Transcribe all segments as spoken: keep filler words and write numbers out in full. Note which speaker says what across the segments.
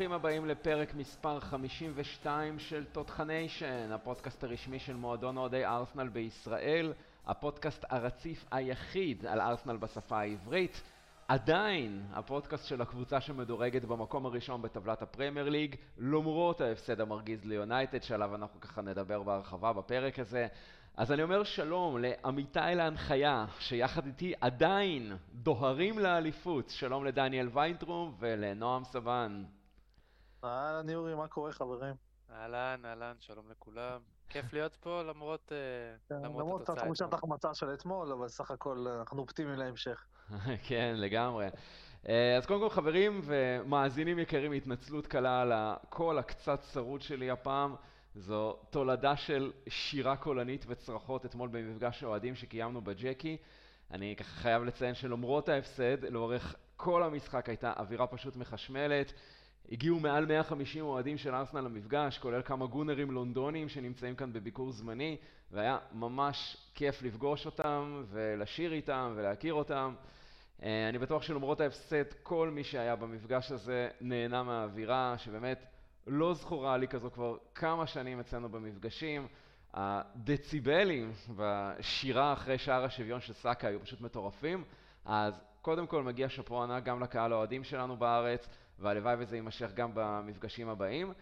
Speaker 1: ברוכים הבאים לפרק מספר חמישים ושתיים של תותחניישן, הפודקאסט הרשמי של מועדון אוהדי ארסנל בישראל, הפודקאסט הרציף היחיד על ארסנל בשפה העברית, עדיין הפודקאסט של הקבוצה שמדורגת במקום הראשון בטבלת הפרמייר ליג, למרות ההפסד המרגיז ליונייטד, שעליו אנחנו ככה נדבר בהרחבה בפרק הזה. אז אני אומר שלום לעמיתי להנחיה, שיחד איתי עדיין דוהרים לאליפות. שלום לדניאל ויינטרום ולנועם סבן.
Speaker 2: אהלן יורי, מה קורה חברים?
Speaker 3: אהלן, אהלן, שלום לכולם. כיף להיות פה למרות, אה, למרות
Speaker 2: למרות
Speaker 3: התוצאה
Speaker 2: התחושת
Speaker 3: אתמול.
Speaker 2: החמצה של אתמול, אבל סך הכל אנחנו אופטימיים להמשך.
Speaker 1: כן, לגמרי. אז קודם כל חברים ומאזינים יקרים, התנצלות קלה על הקול הקצת צרוד שלי הפעם. זו תולדה של שירה קולנית וצרחות אתמול במפגש האוהדים שקיימנו בג'קי. אני ככה חייב לציין שלמרות ההפסד, לאורך כל המשחק הייתה אווירה פשוט מחשמלת. הגיעו מעל מאה וחמישים אוהדים של ארסנל למפגש, כולל כמה גונרים לונדונים שנמצאים כאן בביקור זמני, והיה ממש כיף לפגוש אותם ולשיר איתם ולהכיר אותם. אני בטוח שלמרות ההפסד, כל מי שהיה במפגש הזה נהנה מהאווירה, שבאמת לא זכורה לי כזו כבר כמה שנים אצלנו במפגשים. הדציבלים בשירה אחרי שער השוויון של סאקה היו פשוט מטורפים. אז קודם כל מגיע שאפו ענק גם לקהל האוהדים שלנו בארץ, והלוואי וזה יימשך גם במפגשים הבאים.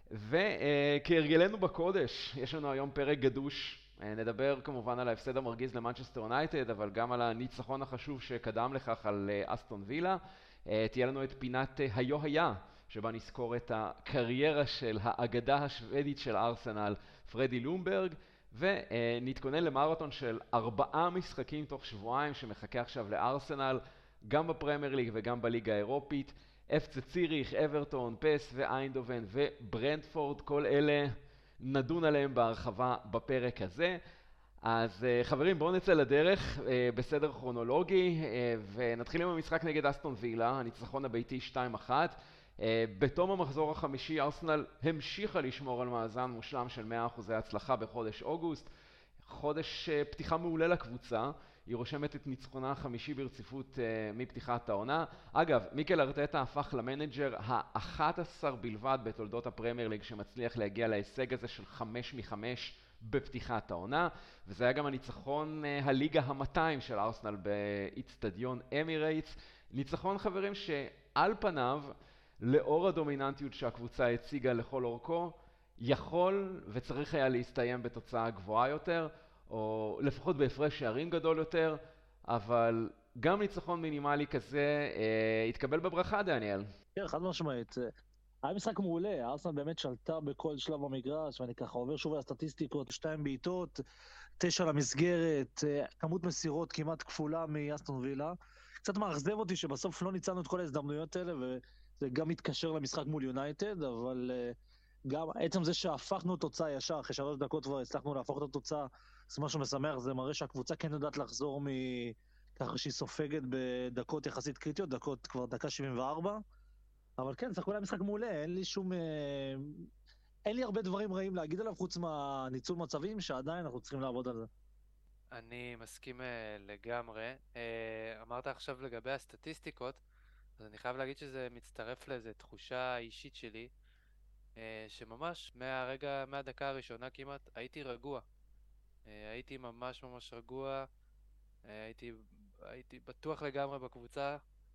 Speaker 1: וכהרגלנו בקודש, יש לנו היום פרק גדוש. נדבר כמובן על ההפסד המרגיז למנצ'סטר יונייטד, אבל גם על הניצחון החשוב שקדם לכך על אסטון וילה. תהיה לנו את פינת היו היה, שבה נזכור את הקריירה של האגדה השוודית של ארסנל, פרדי לומברג, ונתכונן למרתון של ארבעה משחקים תוך שבועיים שמחכה עכשיו לארסנל, גם בפרמייר ליג וגם בליגה האירופית. אפצה ציריך, אברטון, פס ואיינדובן וברנדפורד, כל אלה נדון עליהם בהרחבה בפרק הזה. אז חברים, בואו נצא לדרך בסדר כרונולוגי, ונתחיל עם המשחק נגד אסטון וילה, הניצחון הביתי שתיים אחת. בתום המחזור החמישי ארסנל המשיכה לשמור על מאזן מושלם של מאה אחוז הצלחה בחודש אוגוסט. חודש פתיחה מעולה לקבוצה, היא רושמת את ניצחונה החמישי ברציפות מפתיחת העונה. אגב, מיקל ארטטה הפך למנג'ר ה-אחד עשר בלבד בתולדות הפרמייר ליג שמצליח להגיע להישג הזה של חמש מחמש בפתיחת העונה, וזה היה גם הניצחון הליגה ה-מאתיים של ארסנל באצטדיון אמירייטס. ניצחון חברים שעל פניו, לאור הדומיננטיות שהקבוצה הציגה לכל אורכו, יכול וצריך היה להסתיים בתוצאה גבוהה יותר, או לפחות בהפרש שערים גדול יותר, אבל גם ניצחון מינימלי כזה אה, התקבל בברכה, דניאל.
Speaker 2: כן, חד משמעית. היה משחק מעולה, ארסנל באמת שלטה בכל שלב במגרש, ואני ככה עובר שוב על הסטטיסטיקות, שתיים בעיטות, תשע למסגרת, כמות מסירות כמעט כפולה מאסטון וילה. קצת מאכזב אותי שבסוף לא ניצלנו את כל ההזדמנויות האלה, וזה גם מתקשר למשחק מול יונייטד, אבל גם עצם זה שהפכנו תוצאה ישר, אחרי שלוש דקות כבר הצלחנו להפוך את התוצאה, זה משהו משמח, זה מראה שהקבוצה כן יודעת לחזור מככה שהיא סופגת בדקות יחסית קריטיות, דקות כבר דקה שבעים וארבע, אבל כן, זה כולה משחק מעולה, אין לי שום... אין לי הרבה דברים רעים להגיד עליו, חוץ מהניצול מצבים, שעדיין אנחנו צריכים לעבוד על זה.
Speaker 3: אני מסכים לגמרי. אמרת עכשיו לגבי הסטטיסטיקות, אז אני חייב להגיד שזה מצטרף לאיזו תחושה אישית שלי, שממש מהרגע, מהדקה הראשונה כמעט, הייתי רגוע. הייתי ממש ממש רגוע, הייתי, הייתי בטוח לגמרי בקבוצה,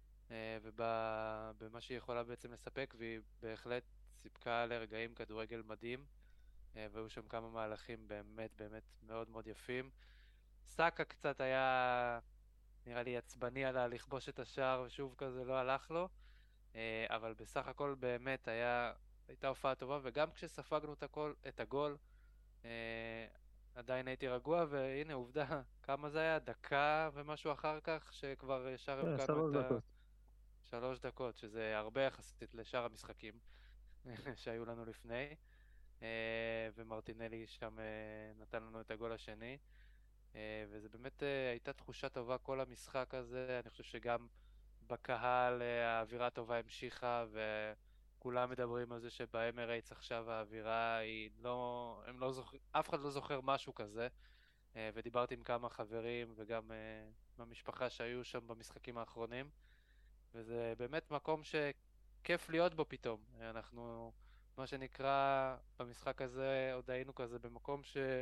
Speaker 3: ובמה שהיא יכולה בעצם לספק, והיא בהחלט סיפקה לרגעים כדורגל מדהים, והיו שם כמה מהלכים באמת באמת מאוד מאוד יפים. סאקה קצת היה נראה לי עצבני עלה לכבוש את השער, ושוב כזה לא הלך לו, אבל בסך הכל באמת היה, הייתה הופעה טובה, וגם כשספגנו את, הכל, את הגול, עדיין הייתי רגוע, והנה עובדה, כמה זה היה? דקה ומשהו אחר כך, שכבר ישר הבקענו את ה... שלוש דקות, שזה הרבה יחסית לשאר המשחקים שהיו לנו לפני, ומרטינלי שם נתן לנו את הגול השני, וזה באמת הייתה תחושה טובה כל המשחק הזה. אני חושב שגם בקהל האווירה טובה המשיכה, וכולם מדברים על זה שבאמרייטס עכשיו האווירה היא לא, הם לא זוכר, אף אחד לא זוכר משהו כזה, ודיברתי עם כמה חברים וגם מהמשפחה שהיו שם במשחקים האחרונים, וזה באמת מקום כיף להיות בו פתאום. אנחנו, מה שנקרא, במשחק הזה עוד היינו כזה במקום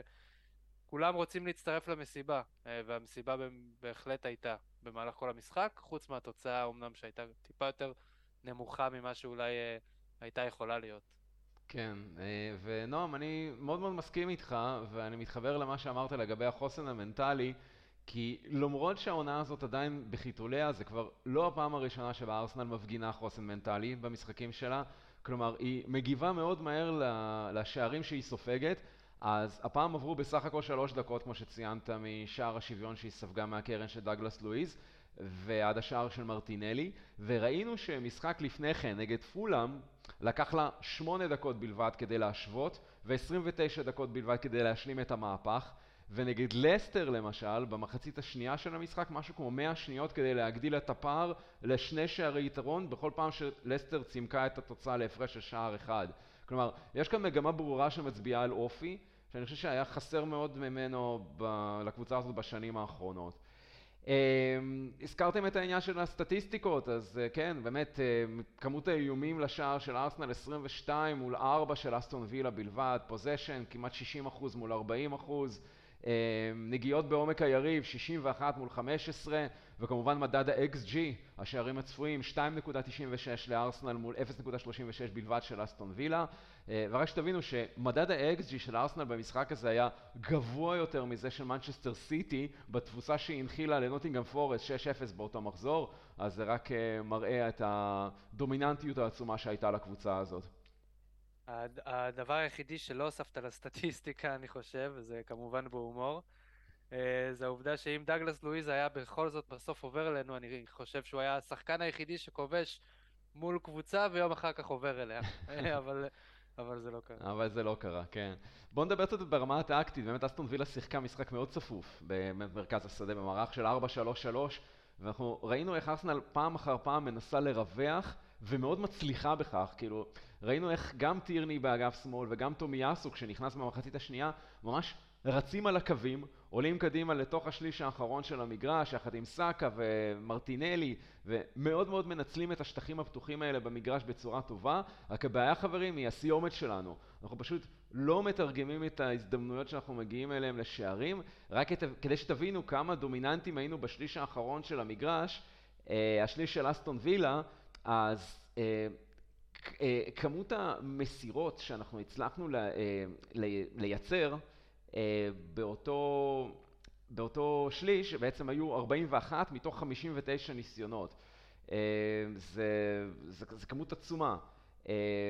Speaker 3: שכולם רוצים להצטרף למסיבה, אה, והמסיבה בהחלט הייתה במהלך כל המשחק, חוץ מהתוצאה אומנם שהייתה טיפה יותר נמוכה ממה שאולי אה, הייתה יכולה להיות.
Speaker 1: כן, אה, ונועם, אני מאוד מאוד מסכים איתך, ואני מתחבר למה שאמרת לגבי החוסן המנטלי, כי למרות שהעונה הזאת עדיין בחיתוליה, זה כבר לא הפעם הראשונה שבה ארסנל מפגינה חוסן מנטלי במשחקים שלה, כלומר, היא מגיבה מאוד מהר לשערים שהיא סופגת, אז הפעם עברו בסך הכל שלוש דקות, כמו שציינת, משער השוויון שהיא ספגה מהקרן של דאגלס לואיז, ועד השער של מרטינלי, וראינו שמשחק לפני כן נגד פולאם, לקח לה שמונה דקות בלבד כדי להשוות, ו-עשרים ותשע דקות בלבד כדי להשלים את המהפך, ונגד לסטר למשל, במחצית השנייה של המשחק, משהו כמו מאה שניות כדי להגדיל את הפער לשני שערי יתרון, בכל פעם שלסטר צימקה את התוצאה להפרש של שער אחד. כלומר, יש כאן מגמה ברורה שמצביעה על אופי, שאני חושב שהיה חסר מאוד ממנו ב- לקבוצה הזאת בשנים האחרונות. Um, הזכרתם את העניין של הסטטיסטיקות, אז uh, כן, באמת, uh, כמות האיומים לשער של ארסנל עשרים ושתיים מול ארבע של אסטון וילה בלבד, פוזיישן כמעט שישים אחוז מול ארבעים אחוז, um, נגיעות בעומק היריב שישים ואחת מול חמש עשרה, וכמובן מדד ה-אקס ג'י, השערים הצפויים, שתיים נקודה תשעים ושש לארסנל מול אפס נקודה שלושים ושש בלבד של אסטון וילה. Uh, ורק שתבינו שמדד ה-אקס ג'י של ארסנל במשחק הזה היה גבוה יותר מזה של מנצ'סטר סיטי בתבוסה שהיא הנחילה לנוטינגהאם פורסט שש אפס באותו מחזור, אז זה רק uh, מראה את הדומיננטיות העצומה שהייתה לקבוצה הזאת.
Speaker 3: הד- הדבר היחידי שלא הוספת לסטטיסטיקה, אני חושב, זה כמובן בהומור, אה, זה העובדה שאם דאגלס לואיז היה בכל זאת בסוף עובר אלינו, אני חושב שהוא היה השחקן היחידי שכובש מול קבוצה ויום אחר כך עובר אליה. אה, אבל, אבל זה לא קרה.
Speaker 1: אבל זה לא קרה, כן. בואו נדבר קצת ברמה הטקטית, באמת אסטון וילה שיחקה משחק מאוד צפוף במרכז השדה במערך של ארבע שלוש שלוש, ואנחנו ראינו איך ארסנל פעם אחר פעם מנסה לרווח ומאוד מצליחה בכך, כאילו ראינו איך גם טירני באגף שמאל וגם טומיאסו כשנכנס במחצית השנייה ממש רצים על הקווים, עולים קדימה לתוך השליש האחרון של המגרש, יחד עם סאקה ומרטינלי, ומאוד מאוד מנצלים את השטחים הפתוחים האלה במגרש בצורה טובה. רק הבעיה, חברים, היא הסיומת שלנו. אנחנו פשוט לא מתרגמים את ההזדמנויות שאנחנו מגיעים אליהם לשערים, רק את, כדי שתבינו כמה דומיננטים היינו בשליש האחרון של המגרש, אה, השליש של אסטון וילה, אז אה, אה, כמות המסירות שאנחנו הצלחנו ל, אה, לי, לייצר, Uh, באותו, באותו שליש בעצם היו ארבעים ואחת מתוך חמישים ותשע ניסיונות. Uh, זה, זה, זה כמות עצומה. Uh,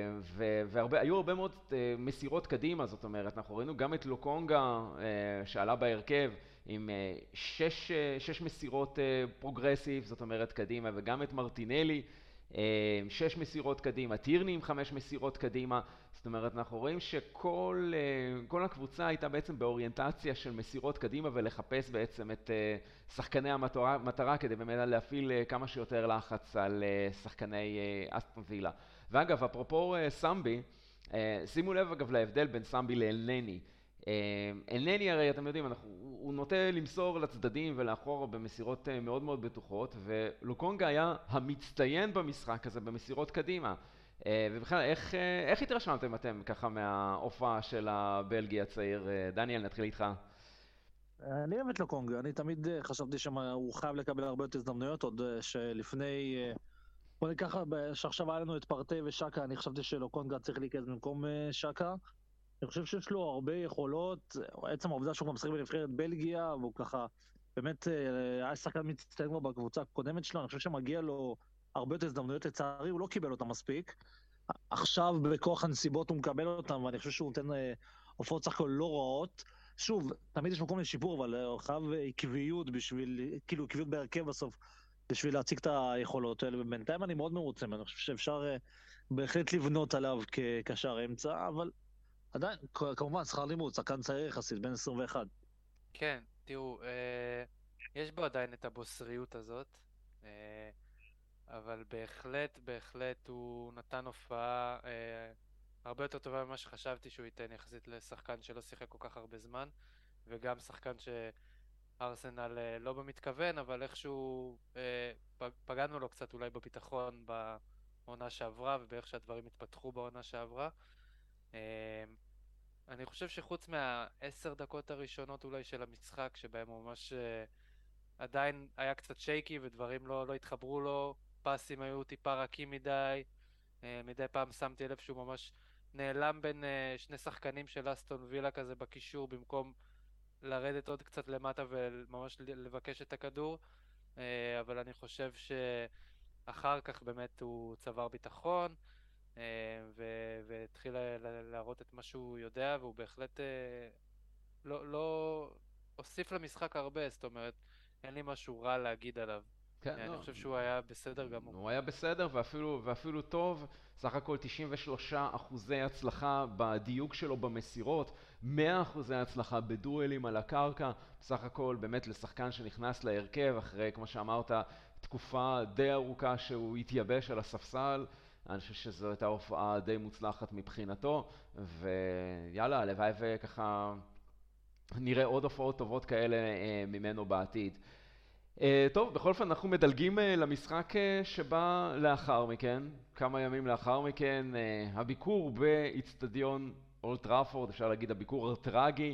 Speaker 1: והיו הרבה מאוד uh, מסירות קדימה, זאת אומרת, אנחנו ראינו גם את לוקונגה uh, שעלה בהרכב עם uh, שש, uh, שש מסירות uh, פרוגרסיב, זאת אומרת קדימה, וגם את מרטינלי, uh, שש מסירות קדימה, טירני עם חמש מסירות קדימה. זאת אומרת, אנחנו רואים שכל כל הקבוצה הייתה בעצם באוריינטציה של מסירות קדימה ולחפש בעצם את שחקני המטרה, מטרה כדי באמת להפעיל כמה שיותר לחץ על שחקני אסטון וילה. ואגב, אפרופו סמבי, שימו לב אגב להבדל בין סמבי לאלנני. אלנני הרי אתם יודעים, אנחנו, הוא נוטה למסור לצדדים ולאחורה במסירות מאוד מאוד בטוחות, ולוקונגה היה המצטיין במשחק הזה במסירות קדימה. ובכלל, איך, איך התרשמתם אתם ככה מההופעה של הבלגי הצעיר? דניאל, נתחיל איתך.
Speaker 2: אני אוהב את לוקונגה, אני תמיד חשבתי שהוא חייב לקבל הרבה יותר הזדמנויות, עוד שלפני, בוא ניקח, שעכשיו היה לנו את פרטי ושקה, אני חשבתי שלוקונגה צריך להיכנס במקום שקה. אני חושב שיש לו הרבה יכולות, עצם העובדה שהוא גם משחק בנבחרת בלגיה, והוא ככה, באמת היה שחקן מצטיין כבר בקבוצה הקודמת שלו, אני חושב שמגיע לו הרבה יותר הזדמנויות, לצערי הוא לא קיבל אותם מספיק. עכשיו בכוח הנסיבות הוא מקבל אותם, ואני חושב שהוא נותן הופעות סך הכל לא רעות. שוב, תמיד יש מקום לשיפור, אבל הוא חייב עקביות בשביל, כאילו עקביות בהרכב בסוף, בשביל להציג את היכולות האלה. ובינתיים אני מאוד מרוצה, אני חושב שאפשר בהחלט לבנות עליו כקשר אמצע, אבל עדיין, כמובן, שכר לימוד, שחקן צעיר יחסית, בין עשרים ואחת.
Speaker 3: כן, תראו, אה, יש בו עדיין את הבוסריות הזאת, אה, אבל בהחלט, בהחלט הוא נתן הופעה אה, הרבה יותר טובה ממה שחשבתי שהוא ייתן יחסית לשחקן שלא שיחק כל כך הרבה זמן, וגם שחקן שארסנל אה, לא במתכוון, אבל איכשהו אה, פגענו לו קצת אולי בביטחון העונה שעברה, ובאיך שהדברים התפתחו בעונה שעברה. אמ, אני חושב שחוץ מהעשר דקות הראשונות אולי של המשחק, שבהם הוא ממש אה, עדיין היה קצת שייקי ודברים לא, לא התחברו לו, פסים היו טיפה רכים מדי, אה, מדי פעם שמתי לב שהוא ממש נעלם בין אה, שני שחקנים של אסטון וילה כזה בקישור, במקום לרדת עוד קצת למטה וממש לבקש את הכדור, אה, אבל אני חושב שאחר כך באמת הוא צבר ביטחון, אה, ו- והתחיל ל- ל- להראות את מה שהוא יודע, והוא בהחלט אה, לא, לא הוסיף למשחק הרבה, זאת אומרת, אין לי משהו רע להגיד עליו.
Speaker 1: כן,
Speaker 3: אה, אני
Speaker 1: לא.
Speaker 3: חושב שהוא היה בסדר גמור.
Speaker 1: הוא היה בסדר ואפילו, ואפילו טוב, סך הכל תשעים ושלושה אחוזי הצלחה בדיוק שלו במסירות, מאה אחוזי הצלחה בדואלים על הקרקע, בסך הכל באמת לשחקן שנכנס להרכב אחרי, כמו שאמרת, תקופה די ארוכה שהוא התייבש על הספסל. אני חושב שזו הייתה הופעה די מוצלחת מבחינתו, ויאללה, הלוואי וככה נראה עוד הופעות טובות כאלה אה, ממנו בעתיד. Uh, טוב, בכל אופן אנחנו מדלגים uh, למשחק uh, שבא לאחר מכן, כמה ימים לאחר מכן, uh, הביקור באצטדיון אולד טראפורד, אפשר להגיד הביקור הטרגי,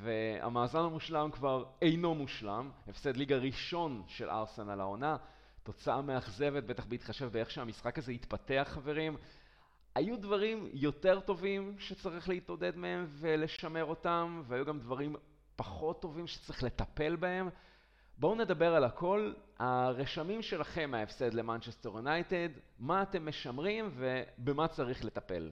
Speaker 1: והמאזן המושלם כבר אינו מושלם, הפסד ליגה ראשון של ארסנל העונה, תוצאה מאכזבת, בטח בהתחשב באיך שהמשחק הזה התפתח חברים. היו דברים יותר טובים שצריך להתעודד מהם ולשמר אותם, והיו גם דברים פחות טובים שצריך לטפל בהם. בואו נדבר על הכל, הרשמים שלכם מההפסד למנצ'סטר יונייטד, מה אתם משמרים ובמה צריך לטפל.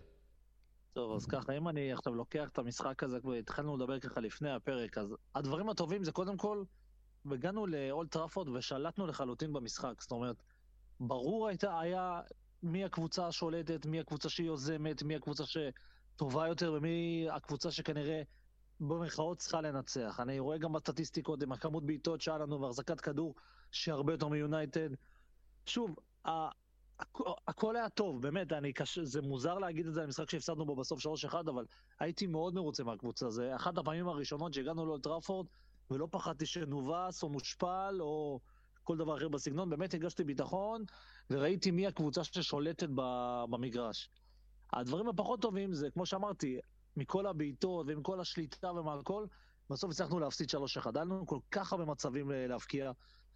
Speaker 2: טוב, אז ככה, אם אני עכשיו לוקח את המשחק הזה, כבר התחלנו לדבר ככה לפני הפרק, אז הדברים הטובים זה קודם כל, הגענו לאולד טראפורד ושלטנו לחלוטין במשחק, זאת אומרת, ברור הייתה, היה מי הקבוצה השולטת, מי הקבוצה שהיא יוזמת, מי הקבוצה שטובה יותר, ומי הקבוצה שכנראה במרכאות צריכה לנצח. אני רואה גם בסטטיסטיקות, עם הכמות בעיטות שהיה לנו והחזקת כדור שהרבה יותר מיונייטד. שוב, ה- הכ- הכל היה טוב, באמת, אני קש... זה מוזר להגיד את זה על משחק שהפסדנו בו בסוף שלוש אחד, אבל הייתי מאוד מרוצה מהקבוצה. זה אחת הפעמים הראשונות שהגענו לאולד טראפורד, ולא פחדתי שנובס או מושפל או כל דבר אחר בסגנון. באמת הגשתי ביטחון, וראיתי מי הקבוצה ששולטת ב- במגרש. הדברים הפחות טובים זה, כמו שאמרתי, מכל הבעיטות ומכל השליטה ומהכל, בסוף הצלחנו להפסיד שלוש אחד. היה לנו כל כך הרבה מצבים ל- להבקיע,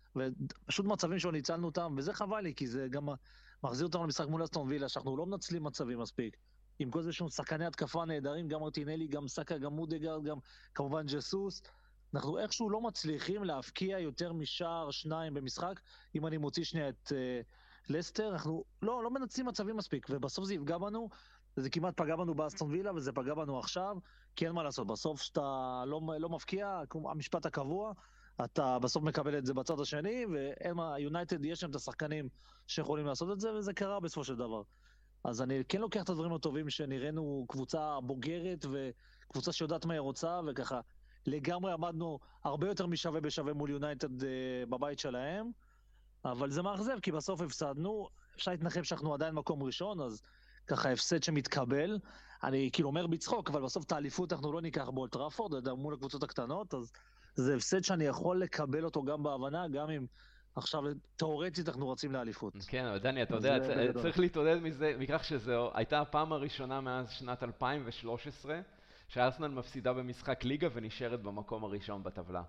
Speaker 2: ופשוט מצבים שלא ניצלנו אותם, וזה חבל לי, כי זה גם מחזיר אותנו למשחק מול אסטון וילה, שאנחנו לא מנצלים מצבים מספיק. עם כל זה שיש לנו שחקני התקפה נהדרים, גם מרטינלי, גם סאקה, גם מודגרד, גם כמובן ג'סוס. אנחנו איכשהו לא מצליחים להבקיע יותר משער שניים במשחק, אם אני מוציא שנייה את uh, לסטר, אנחנו לא, לא מנצלים מצבים מספיק, ובסוף זה יפגע בנו, זה כמעט פגע בנו באסטון וילה, וזה פגע בנו עכשיו, כי אין מה לעשות, בסוף שאתה לא, לא מבקיע, כמו המשפט הקבוע, אתה בסוף מקבל את זה בצד השני, ואין מה, יונייטד יש שם את השחקנים שיכולים לעשות את זה, וזה קרה בסופו של דבר. אז אני כן לוקח את הדברים הטובים שנראינו קבוצה בוגרת, וקבוצה שיודעת מה היא רוצה, וככה לגמרי עמדנו הרבה יותר משווה בשווה מול יונייטד אה, בבית שלהם, אבל זה מאכזב, כי בסוף הפסדנו, אפשר להתנחם שאנחנו עדיין מקום ראשון, אז ככה הפסד שמתקבל, אני כאילו אומר בצחוק, אבל בסוף את האליפות אנחנו לא ניקח באולד טראפורד, מול הקבוצות הקטנות, אז זה הפסד שאני יכול לקבל אותו גם בהבנה, גם אם עכשיו תיאורטית אנחנו רצים לאליפות.
Speaker 1: כן, אבל דני, אתה
Speaker 2: אז
Speaker 1: יודע,
Speaker 2: זה
Speaker 1: צ-
Speaker 2: בגדול.
Speaker 1: צריך להתעודד מזה, מכך שזו הייתה הפעם הראשונה מאז שנת אלפיים ושלוש עשרה, שארסנל מפסידה במשחק ליגה ונשארת במקום הראשון בטבלה.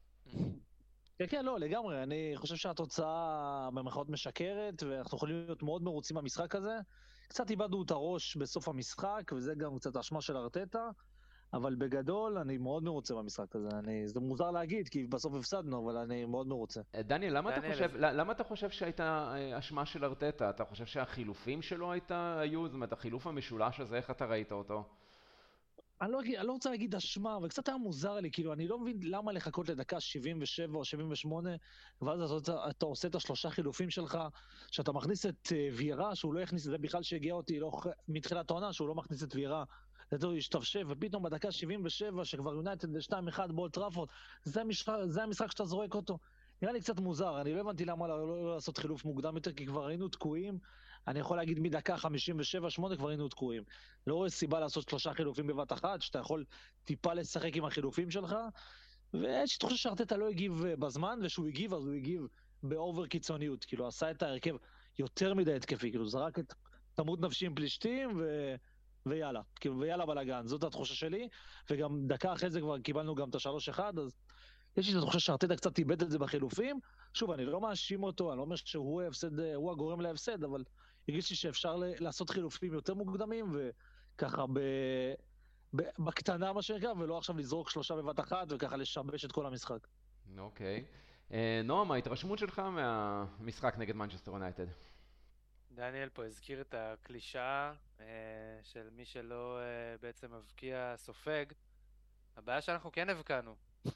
Speaker 2: כן, כן, לא, לגמרי, אני חושב שהתוצאה במרכאות משקרת, ואנחנו יכולים להיות מאוד מרוצים במשחק הזה. קצת איבדנו את הראש בסוף המשחק, וזה גם קצת האשמה של ארטטה, אבל בגדול אני מאוד מרוצה במשחק הזה. אני, זה מוזר להגיד, כי בסוף הפסדנו, אבל אני מאוד מרוצה.
Speaker 1: אה, דניאל, למה אתה
Speaker 3: דניאל,
Speaker 1: חושב,
Speaker 3: אז-
Speaker 1: ל- למה אתה חושב שהייתה אה, אשמה של ארטטה? אתה חושב שהחילופים שלו הייתה, היו, זאת אומרת, החילוף המשולש הזה, איך אתה ראית אותו?
Speaker 2: אני לא, אגיד- אני לא רוצה להגיד אשמה, אבל קצת היה מוזר לי, כאילו, אני לא מבין למה לחכות לדקה שבעים ושבע או שבעים ושמונה, ואז אתה, אתה עושה את השלושה חילופים שלך, שאתה מכניס את uh, ויירה, שהוא לא יכניס, זה בכלל שהגיע אותי לא, מתחילת העונה, שהוא לא מכניס את ויירה, זה השתבשב, ופתאום בדקה שבעים ושבע, שכבר יונייטד שתיים אחד באולד טראפורד, זה המשחק, זה המשחק שאתה זורק אותו. נראה לי קצת מוזר, אני לא הבנתי למה לא, לא, לא לעשות חילוף מוקדם יותר, כי כבר היינו תקועים, אני יכול להגיד מדקה חמישים ושבע שמונה כבר היינו תקועים. לא רואה סיבה לעשות שלושה חילופים בבת אחת, שאתה יכול טיפה לשחק עם החילופים שלך, ויש לי תחושה שארטטה לא הגיב בזמן, ושהוא הגיב, אז הוא הגיב באובר קיצוניות, כאילו עשה את ההרכב יותר מדי התקפי, כאילו זרק את תמות נפשי עם פלישתים ו... ויאללה, כאילו ויאללה בלגן, זאת התחושה שלי, וגם דקה אחרי זה כבר קיבלנו גם את השלוש אחד, אז יש לי את התחושה שארטטה קצת איבד את זה בחילופים. שוב, אני לא מאשים אותו, אני לא אומר שהוא ההפסד, הוא הגורם להפסד, אבל הרגיש לי שאפשר ל- לעשות חילופים יותר מוקדמים, וככה ב... ב... בקטנה מה שנקרא, ולא עכשיו לזרוק שלושה בבת אחת, וככה לשבש את כל המשחק.
Speaker 1: אוקיי. אה, נועם, ההתרשמות שלך מהמשחק נגד מנצ'סטר יונייטד?
Speaker 3: דניאל פה הזכיר את הקלישאה אה, של מי שלא אה, בעצם מבקיע סופג. הבעיה שאנחנו כן הבקענו.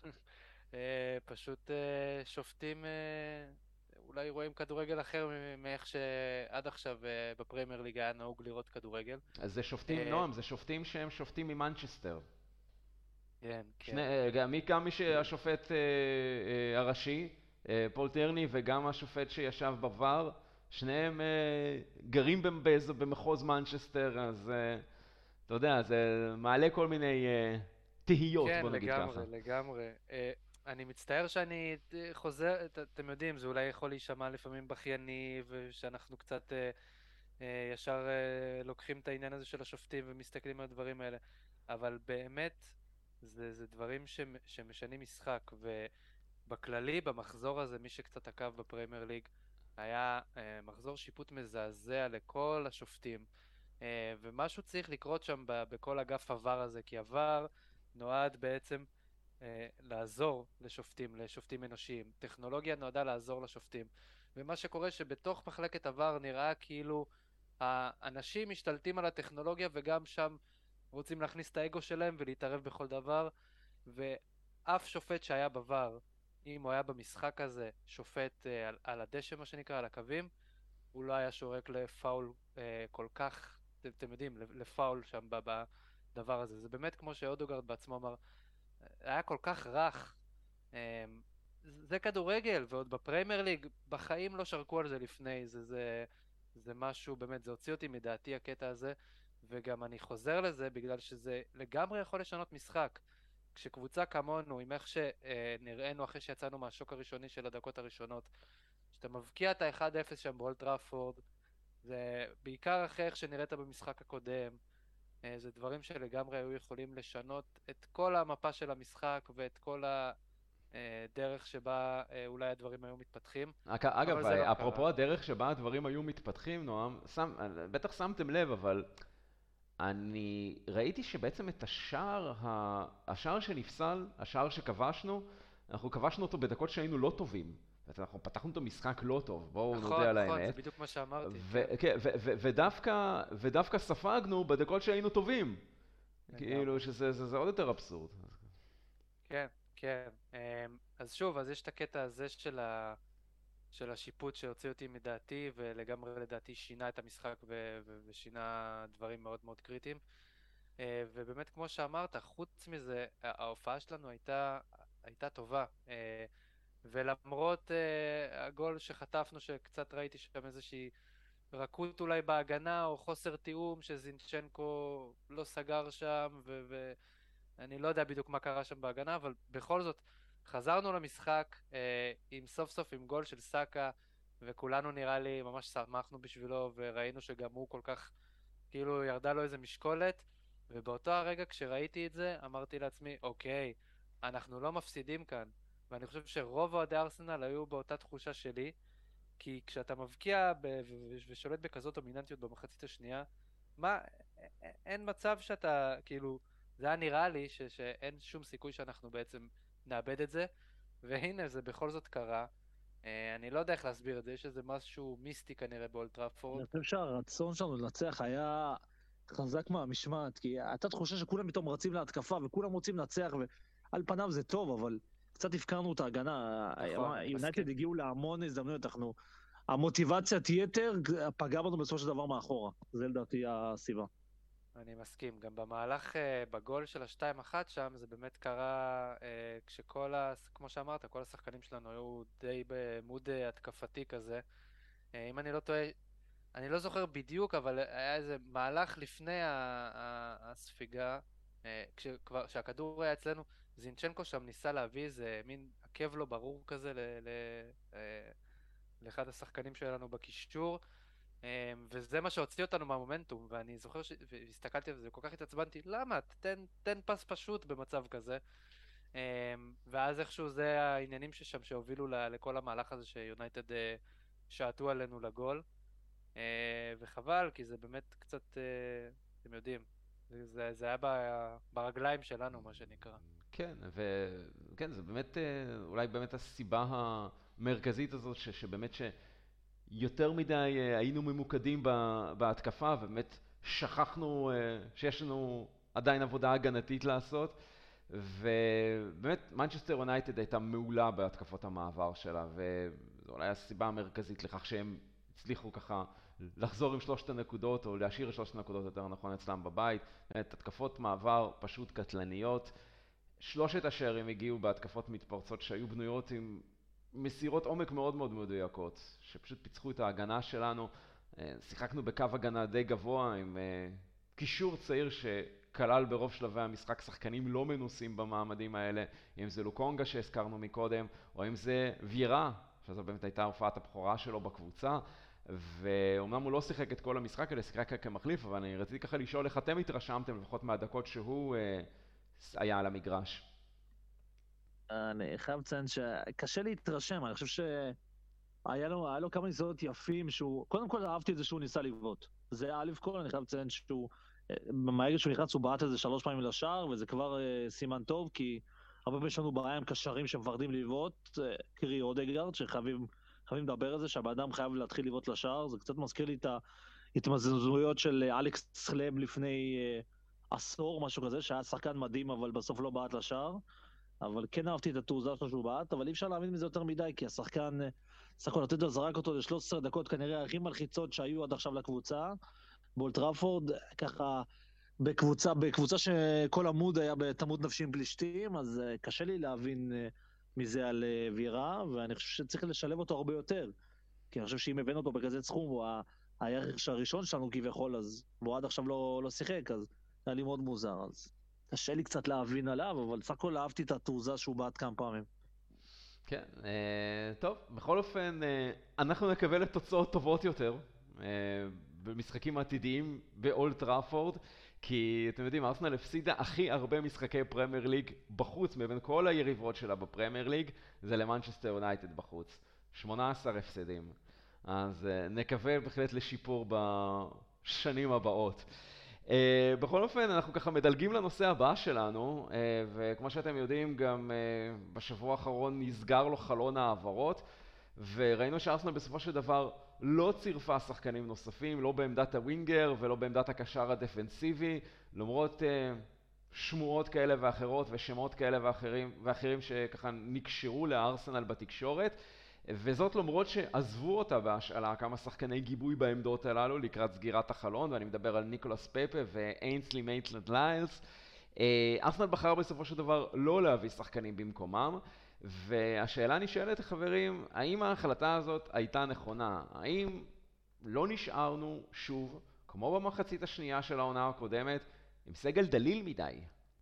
Speaker 3: אה, פשוט אה, שופטים אה, אולי רואים כדורגל אחר מ- מאיך שעד עכשיו אה, בפרמייר ליג היה נהוג לראות כדורגל.
Speaker 1: אז זה שופטים,
Speaker 3: אה,
Speaker 1: נועם, זה שופטים שהם שופטים ממנצ'סטר.
Speaker 3: כן,
Speaker 1: שני,
Speaker 3: כן.
Speaker 1: אה, גם מי, גם מי שהשופט אה, אה, הראשי, אה, פול טרני, וגם השופט שישב בוואר, שניהם אה, גרים במ- באיזו- במחוז מנצ'סטר, אז אה, אתה יודע, זה מעלה כל מיני אה, תהיות,
Speaker 3: כן,
Speaker 1: בוא נגיד ככה.
Speaker 3: לגמרי, לגמרי. אה, אני מצטער שאני אה, חוזר, את- אתם יודעים, זה אולי יכול להישמע לפעמים בכייני, ושאנחנו קצת אה, אה, ישר אה, לוקחים את העניין הזה של השופטים ומסתכלים על הדברים האלה, אבל באמת, זה, זה דברים שמ- שמשנים משחק, ובכללי, במחזור הזה, מי שקצת עקב בפרמייר ליג, היה אה, מחזור שיפוט מזעזע לכל השופטים. אה, ומשהו צריך לקרות שם ב- בכל אגף עבר הזה, כי עבר נועד בעצם אה, לעזור לשופטים, לשופטים אנושיים. טכנולוגיה נועדה לעזור לשופטים. ומה שקורה שבתוך מחלקת עבר נראה כאילו האנשים משתלטים על הטכנולוגיה וגם שם רוצים להכניס את האגו שלהם ולהתערב בכל דבר, ואף שופט שהיה בעבר, אם הוא היה במשחק הזה שופט אה, על, על הדשא מה שנקרא, על הקווים, הוא לא היה שורק לפאול אה, כל כך, אתם, אתם יודעים, לפאול שם ב- בדבר הזה. זה באמת כמו שאודוגרד בעצמו אמר, היה כל כך רך. אה, זה כדורגל, ועוד בפריימר ליג, בחיים לא שרקו על זה לפני, זה, זה, זה משהו, באמת, זה הוציא אותי מדעתי הקטע הזה, וגם אני חוזר לזה בגלל שזה לגמרי יכול לשנות משחק. כשקבוצה כמונו, עם איך שנראינו אחרי שיצאנו מהשוק הראשוני של הדקות הראשונות, שאתה מבקיע את ה-אחד אפס שם באולט טראפורד, זה בעיקר אחרי איך שנראית במשחק הקודם, אה, זה דברים שלגמרי היו יכולים לשנות את כל המפה של המשחק ואת כל הדרך שבה אה, אולי הדברים היו מתפתחים,
Speaker 1: אג-
Speaker 3: אבל
Speaker 1: אגב,
Speaker 3: זה לא קרה.
Speaker 1: אפרופו הדרך שבה הדברים היו מתפתחים, נועם, שם, בטח שמתם לב, אבל אני ראיתי שבעצם את השער, ה- השער שנפסל, השער שכבשנו, אנחנו כבשנו אותו בדקות שהיינו לא טובים. זאת אומרת, אנחנו פתחנו את המשחק לא טוב, בואו נודה
Speaker 3: נכון,
Speaker 1: על
Speaker 3: נכון, זה
Speaker 1: האמת.
Speaker 3: בדיוק מה שאמרתי,
Speaker 1: ו-
Speaker 3: כן,
Speaker 1: כן, ו- ו- ודווקא, ודווקא ספגנו בדקות שהיינו טובים. כאילו
Speaker 3: לגמרי.
Speaker 1: שזה זה, זה עוד יותר אבסורד.
Speaker 3: כן, כן. אמ, אז שוב, אז יש את הקטע הזה של ה... של השיפוט שהוציא אותי מדעתי, ולגמרי לדעתי שינה את המשחק ו- ו- ושינה דברים מאוד מאוד קריטיים. אה, ובאמת כמו שאמרת, חוץ מזה, ה- ההופעה שלנו הייתה, הייתה טובה. אה, ולמרות אה, הגול שחטפנו, שקצת ראיתי שם איזושהי רכות אולי בהגנה, או חוסר תיאום, שזינצ'נקו לא סגר שם, ואני לא יודע בדיוק מה קרה שם בהגנה, אבל בכל זאת, חזרנו למשחק אה, עם סוף סוף עם גול של סאקה, וכולנו נראה לי ממש שמחנו בשבילו, וראינו שגם הוא כל כך, כאילו ירדה לו איזה משקולת, ובאותו הרגע כשראיתי את זה, אמרתי לעצמי, אוקיי, אנחנו לא מפסידים כאן. ואני חושב שרוב אוהדי ארסנל היו באותה תחושה שלי, כי כשאתה מבקיע ב- ו- ושולט בכזאת דומיננטיות במחצית השנייה, מה, א- א- אין מצב שאתה, כאילו, זה היה נראה לי ש- שאין שום סיכוי שאנחנו בעצם נאבד את זה, והנה זה בכל זאת קרה. אה, אני לא יודע איך להסביר את זה, יש איזה משהו מיסטי כנראה באולט טראפורד.
Speaker 2: אני חושב שהרצון שלנו לנצח היה חזק מהמשמעת, כי הייתה תחושה שכולם פתאום רצים להתקפה וכולם רוצים לנצח, ועל פניו זה טוב, אבל קצת הפקרנו את ההגנה.
Speaker 3: נכון, אני מסכים.
Speaker 2: יונייטד הגיעו להמון הזדמנויות, אנחנו... המוטיבציית יתר פגעה בנו בסופו של דבר מאחורה. זה לדעתי הסיבה.
Speaker 3: אני מסכים, גם במהלך, אה, בגול של השתיים אחת שם, זה באמת קרה אה, כשכל, ה... כמו שאמרת, כל השחקנים שלנו היו די במוד אה, התקפתי כזה. אה, אם אני לא טועה, אני לא זוכר בדיוק, אבל היה איזה מהלך לפני ה- ה- הספיגה, אה, כשכבר, כשהכדור היה אצלנו, זינצ'נקו שם ניסה להביא איזה מין עקב לא ברור כזה ל... ל... אה, לאחד השחקנים שלנו בקישור, וזה מה שהוציא אותנו מהמומנטום, ואני זוכר שהסתכלתי על זה וכל כך התעצבנתי, למה? תן, תן פס פשוט במצב כזה. ואז איכשהו זה העניינים ששם שהובילו לכל המהלך הזה שיונייטד שעטו עלינו לגול, וחבל, כי זה באמת קצת, אתם יודעים, זה, זה היה ברגליים שלנו, מה שנקרא.
Speaker 1: כן, וכן, זה באמת, אולי באמת הסיבה המרכזית הזאת, ש, שבאמת שיותר מדי היינו ממוקדים בהתקפה, ובאמת שכחנו שיש לנו עדיין עבודה הגנתית לעשות, ובאמת מנצ'סטר יונייטד הייתה מעולה בהתקפות המעבר שלה, וזו אולי הסיבה המרכזית לכך שהם הצליחו ככה לחזור עם שלושת הנקודות, או להשאיר שלושת הנקודות יותר נכון אצלם בבית. באמת, התקפות מעבר פשוט קטלניות. שלושת השערים הגיעו בהתקפות מתפרצות שהיו בנויות עם מסירות עומק מאוד מאוד מדויקות, שפשוט פיצחו את ההגנה שלנו. שיחקנו בקו הגנה די גבוה עם קישור צעיר שכלל ברוב שלבי המשחק שחקנים לא מנוסים במעמדים האלה, אם זה לוקונגה שהזכרנו מקודם, או אם זה ויירה, שזו באמת הייתה הופעת הבכורה שלו בקבוצה, ואומנם הוא לא שיחק את כל המשחק, אלא שיחק כמחליף, אבל אני רציתי ככה לשאול איך אתם התרשמתם לפחות מהדקות שהוא היה על המגרש.
Speaker 2: אני חייב לציין שקשה להתרשם, אני חושב שהיה לו, היה לו כמה ניסיונות יפים שהוא, קודם כל אהבתי את זה שהוא ניסה לבעוט. זה א' כל, אני חייב לציין שהוא, מהרגע שהוא נכנס הוא בעט את זה שלוש פעמים לשער, וזה כבר uh, סימן טוב, כי הרבה פעמים יש לנו בעיה עם קשרים שמפחדים לבעוט, uh, קרי אודגארד, שחייבים חייבים לדבר על זה, שהבאדם חייב להתחיל לבעוט לשער, זה קצת מזכיר לי את ההתמזמזויות של אלכס סלם לפני uh, עשור, משהו כזה, שהיה שחקן מדהים, אבל בסוף לא בעט לשער. אבל כן אהבתי את התעוזה שלו שהוא בעט, אבל אי אפשר להאמין מזה יותר מדי, כי השחקן, סך הכל לתת לו זרק אותו ל-שלוש עשרה דקות, כנראה הכי מלחיצות שהיו עד עכשיו לקבוצה, באולט טראפורד, ככה בקבוצה, בקבוצה שכל עמוד היה בתמות נפשיים פלישתים, אז קשה לי להבין מזה על ויירה, ואני חושב שצריך לשלב אותו הרבה יותר, כי אני חושב שאם הבאנו אותו בכזה סכום, הוא הירש הראשון שלנו כביכול, אז הוא עד עכשיו לא, לא שיחק, אז היה לי מאוד מוזר, אז קשה לי קצת להבין עליו, אבל סך הכל אהבתי את התעוזה שהוא בעט כמה פעמים.
Speaker 1: כן, אה, טוב, בכל אופן, אה, אנחנו נקבל לתוצאות טובות יותר אה, במשחקים עתידיים באולט טראפורד, כי אתם יודעים, ארסנל הפסידה הכי הרבה משחקי פרמייר ליג בחוץ, מבין כל היריבות שלה בפרמייר ליג, זה למנצ'סטר יונייטד בחוץ. שמונה עשר הפסדים. אז אה, נקווה בהחלט לשיפור בשנים הבאות. Uh, בכל אופן, אנחנו ככה מדלגים לנושא הבא שלנו, uh, וכמו שאתם יודעים, גם uh, בשבוע האחרון נסגר לו חלון העברות, וראינו שארסנל בסופו של דבר לא צירפה שחקנים נוספים, לא בעמדת הווינגר ולא בעמדת הקשר הדפנסיבי, למרות uh, שמועות כאלה ואחרות ושמות כאלה ואחרים, ואחרים שככה נקשרו לארסנל בתקשורת, וזאת למרות שעזבו אותה בהשאלה כמה שחקני גיבוי בעמדות הללו לקראת סגירת החלון, ואני מדבר על ניקולס פפה ואינסלי מייטלנד ליילס. ארסנל בחר בסופו של דבר לא להביא שחקנים במקומם, והשאלה נשאלת, חברים, האם ההחלטה הזאת הייתה נכונה? האם לא נשארנו שוב, כמו במחצית השנייה של העונה הקודמת, עם סגל דליל מדי?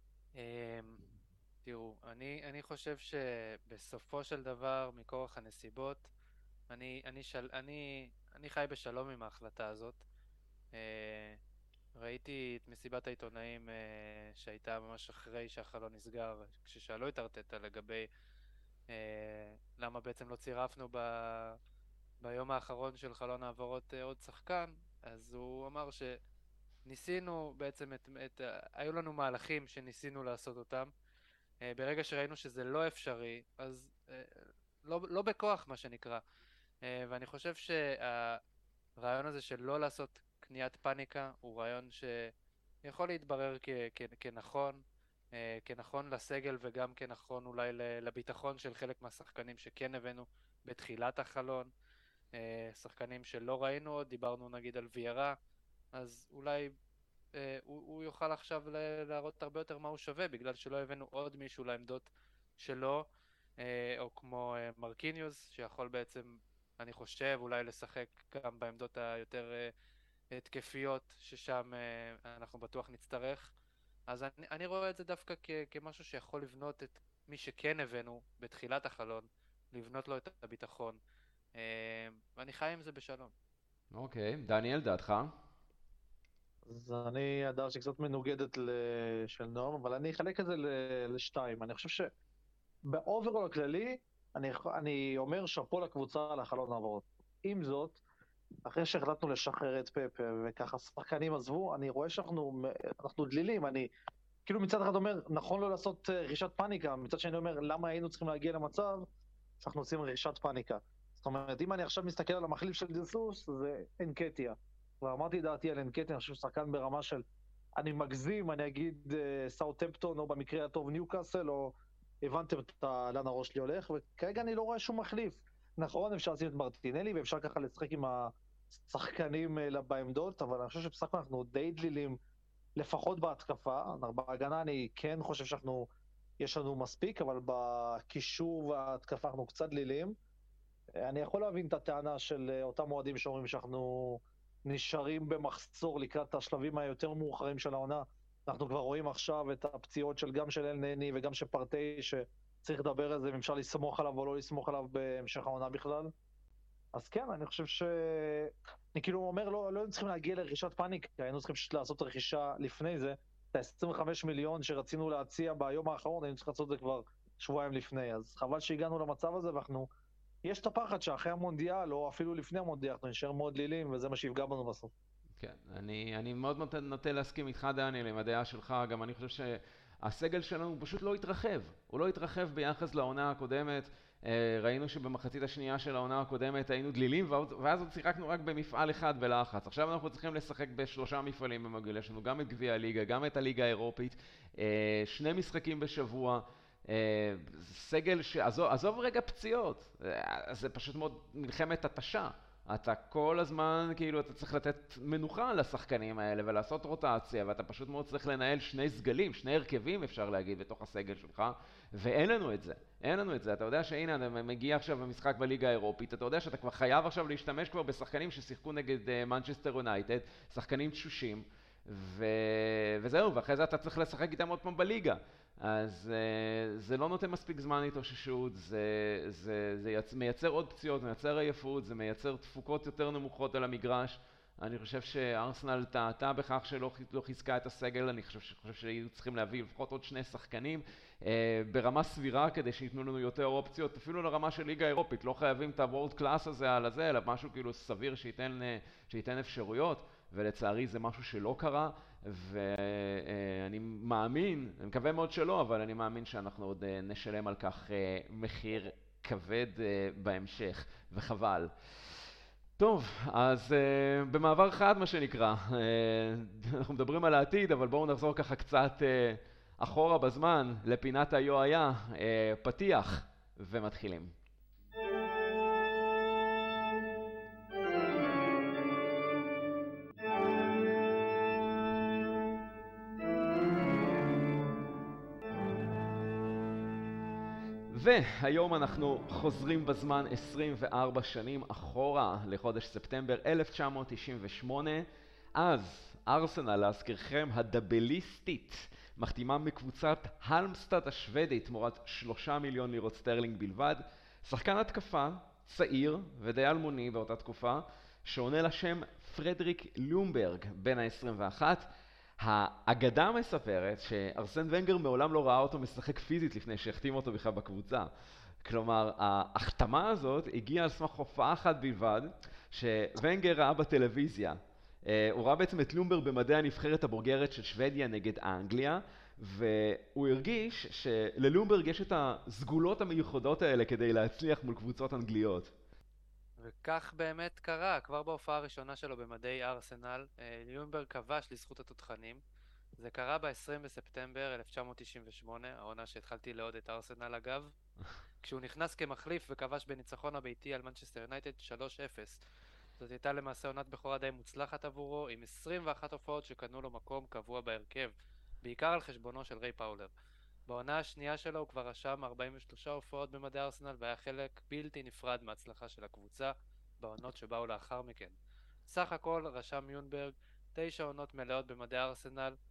Speaker 3: תראו, אני, אני חושב שבסופו של דבר, מכורח הנסיבות, אני, אני, של, אני, אני חי בשלום עם ההחלטה הזאת. אה, ראיתי את מסיבת העיתונאים אה, שהייתה ממש אחרי שהחלון נסגר, כששאלו את ארטטה לגבי אה, למה בעצם לא צירפנו ב, ביום האחרון של חלון העברות אה, עוד שחקן, אז הוא אמר שניסינו בעצם, את, את, היו לנו מהלכים שניסינו לעשות אותם, ברגע שראינו שזה לא אפשרי, אז לא, לא בכוח מה שנקרא. ואני חושב שהרעיון הזה של לא לעשות קניית פאניקה הוא רעיון שיכול להתברר כ, כ, כנכון, כנכון לסגל וגם כנכון אולי לביטחון של חלק מהשחקנים שכן הבאנו בתחילת החלון. שחקנים שלא ראינו עוד, דיברנו נגיד על ויירה, אז אולי Uh, הוא, הוא יוכל עכשיו להראות הרבה יותר מה הוא שווה, בגלל שלא הבאנו עוד מישהו לעמדות שלו, uh, או כמו uh, מרקיניוס, שיכול בעצם, אני חושב, אולי לשחק גם בעמדות היותר uh, תקפיות, ששם uh, אנחנו בטוח נצטרך. אז אני, אני רואה את זה דווקא כ, כמשהו שיכול לבנות את מי שכן הבאנו בתחילת החלון, לבנות לו את הביטחון. אה, ואני חי עם זה בשלום.
Speaker 1: אוקיי, דניאל, דעתך?
Speaker 2: אז אני, הדעה שקצת מנוגדת ל- של נועם, אבל אני אחלק את זה ל- לשתיים. אני חושב שבאוברול הכללי, אני, יכול- אני אומר שאפו לקבוצה על החלון העברות. עם זאת, אחרי שהחלטנו לשחרר את פפה וככה שחקנים עזבו, אני רואה שאנחנו אנחנו דלילים. אני כאילו מצד אחד אומר, נכון לא לעשות אה, רכישת פאניקה, מצד שני אומר, למה היינו צריכים להגיע למצב שאנחנו עושים רכישת פאניקה. זאת אומרת, אם אני עכשיו מסתכל על המחליף של דסוס, זה אנקטיה. כבר אמרתי דעתי על אנקטיה, אני חושב ששחקן ברמה של, אני מגזים, אני אגיד אה, סאוטהמפטון, או במקרה הטוב ניוקאסל, או הבנתם את ה- לאן הראש שלי הולך, וכרגע אני לא רואה שום מחליף. נכון, אפשר לשים את מרטינלי, ואפשר ככה לשחק עם השחקנים אה, בעמדות, אבל אני חושב שבסך הכל אנחנו די דלילים, לפחות בהתקפה. בהגנה אני כן חושב שאנחנו, יש לנו מספיק, אבל בקישור וההתקפה אנחנו קצת דלילים. אני יכול להבין את הטענה של אותם אוהדים שאומרים שאנחנו נשארים במחסור לקראת השלבים היותר מאוחרים של העונה. אנחנו כבר רואים עכשיו את הפציעות של גם של אל-נני וגם של פרטי, שצריך לדבר על זה, אם אפשר לסמוך עליו או לא לסמוך עליו בהמשך העונה בכלל. אז כן, אני חושב ש... אני כאילו אומר, לא, לא היינו צריכים להגיע לרכישת פאניקה, היינו צריכים פשוט לעשות רכישה לפני זה. את ה-עשרים וחמישה מיליון שרצינו להציע ביום האחרון, היינו צריכים לעשות את זה כבר שבועיים לפני. אז חבל שהגענו למצב הזה, ואנחנו... יש את הפחד שאחרי המונדיאל, או אפילו לפני המונדיאל, אנחנו נשאר מאוד דלילים, וזה מה שיפגע בנו בסוף.
Speaker 1: כן, אני, אני מאוד נוטה, נוטה להסכים איתך, דניאל, עם הדעה שלך. גם אני חושב שהסגל שלנו פשוט לא התרחב. הוא לא התרחב ביחס לעונה הקודמת. אה, ראינו שבמחצית השנייה של העונה הקודמת היינו דלילים, ואז ואז עוד שיחקנו רק במפעל אחד בלחץ. עכשיו אנחנו צריכים לשחק בשלושה מפעלים במקביל. יש לנו גם את גביע הליגה, גם את הליגה האירופית, אה, שני משחקים בשבוע. אה, סגל ש... עזוב, עזוב רגע פציעות, אה, זה פשוט מאוד מלחמת התשה. אתה כל הזמן, כאילו, אתה צריך לתת מנוחה לשחקנים האלה ולעשות רוטציה, ואתה פשוט מאוד צריך לנהל שני סגלים, שני הרכבים אפשר להגיד, בתוך הסגל שלך, ואין לנו את זה. אין לנו את זה. אתה יודע שהנה, אתה מגיע עכשיו במשחק בליגה האירופית, אתה יודע שאתה כבר חייב עכשיו להשתמש כבר בשחקנים ששיחקו נגד מנצ'סטר יונייטד, שחקנים תשושים, ו... וזהו, ואחרי זה אתה צריך לשחק איתם עוד פעם בליגה. אז uh, זה לא נותן מספיק זמן להתאוששות, זה, זה, זה יצ... מייצר עוד פציעות, מייצר עייפות, זה מייצר תפוקות יותר נמוכות על המגרש. אני חושב שארסנל טעתה בכך שלא לא חיזקה את הסגל, אני חושב, חושב שהיו צריכים להביא לפחות עוד שני שחקנים uh, ברמה סבירה כדי שייתנו לנו יותר אופציות, אפילו לרמה של ליגה אירופית, לא חייבים את הוורד קלאס הזה על הזה, אלא משהו כאילו סביר שייתן, uh, שייתן אפשרויות, ולצערי זה משהו שלא קרה. ואני מאמין, אני מקווה מאוד שלא, אבל אני מאמין שאנחנו עוד נשלם על כך מחיר כבד בהמשך, וחבל. טוב, אז במעבר חד מה שנקרא, אנחנו מדברים על העתיד, אבל בואו נחזור ככה קצת אחורה בזמן, לפינת היו היה, פתיח, ומתחילים. והיום אנחנו חוזרים בזמן עשרים וארבע שנים אחורה לחודש ספטמבר אלף תשע מאות תשעים ושמונה. אז ארסנל, להזכירכם, הדאבליסטית, מחתימה מקבוצת הלמסטאד השוודית תמורת שלושה מיליון לירות סטרלינג בלבד. שחקן התקפה, צעיר ודי אלמוני באותה תקופה, שעונה לשם פרדריק לומברג, בן ה-עשרים ואחת. האגדה מספרת שארסן ונגר מעולם לא ראה אותו משחק פיזית לפני שהחתים אותו בכלל בקבוצה. כלומר, ההחתמה הזאת הגיעה על סמך הופעה אחת בלבד, שוונגר ראה בטלוויזיה. הוא ראה בעצם את לומברג במדי הנבחרת הבוגרת של שוודיה נגד אנגליה, והוא הרגיש שללומברג יש את הסגולות המיוחדות האלה כדי להצליח מול קבוצות אנגליות.
Speaker 3: וכך באמת קרה, כבר בהופעה הראשונה שלו במדי ארסנל, ליומברג כבש לזכות התותחנים. זה קרה ב-עשרים בספטמבר אלף תשע מאות תשעים ושמונה, העונה שהתחלתי לעוד את ארסנל אגב, כשהוא נכנס כמחליף וכבש בניצחון הביתי על מנצ'סטר יונייטד שלוש אפס. זאת הייתה למעשה עונת בכורה די מוצלחת עבורו, עם עשרים ואחת הופעות שקנו לו מקום קבוע בהרכב, בעיקר על חשבונו של ריי פאולר. בעונה השנייה שלו הוא כבר רשם ארבעים ושלוש הופעות במדי ארסנל והיה חלק בלתי נפרד מההצלחה של הקבוצה בעונות שבאו לאחר מכן. סך הכל רשם יונברג תשע עונות מלאות במדי ארסנל,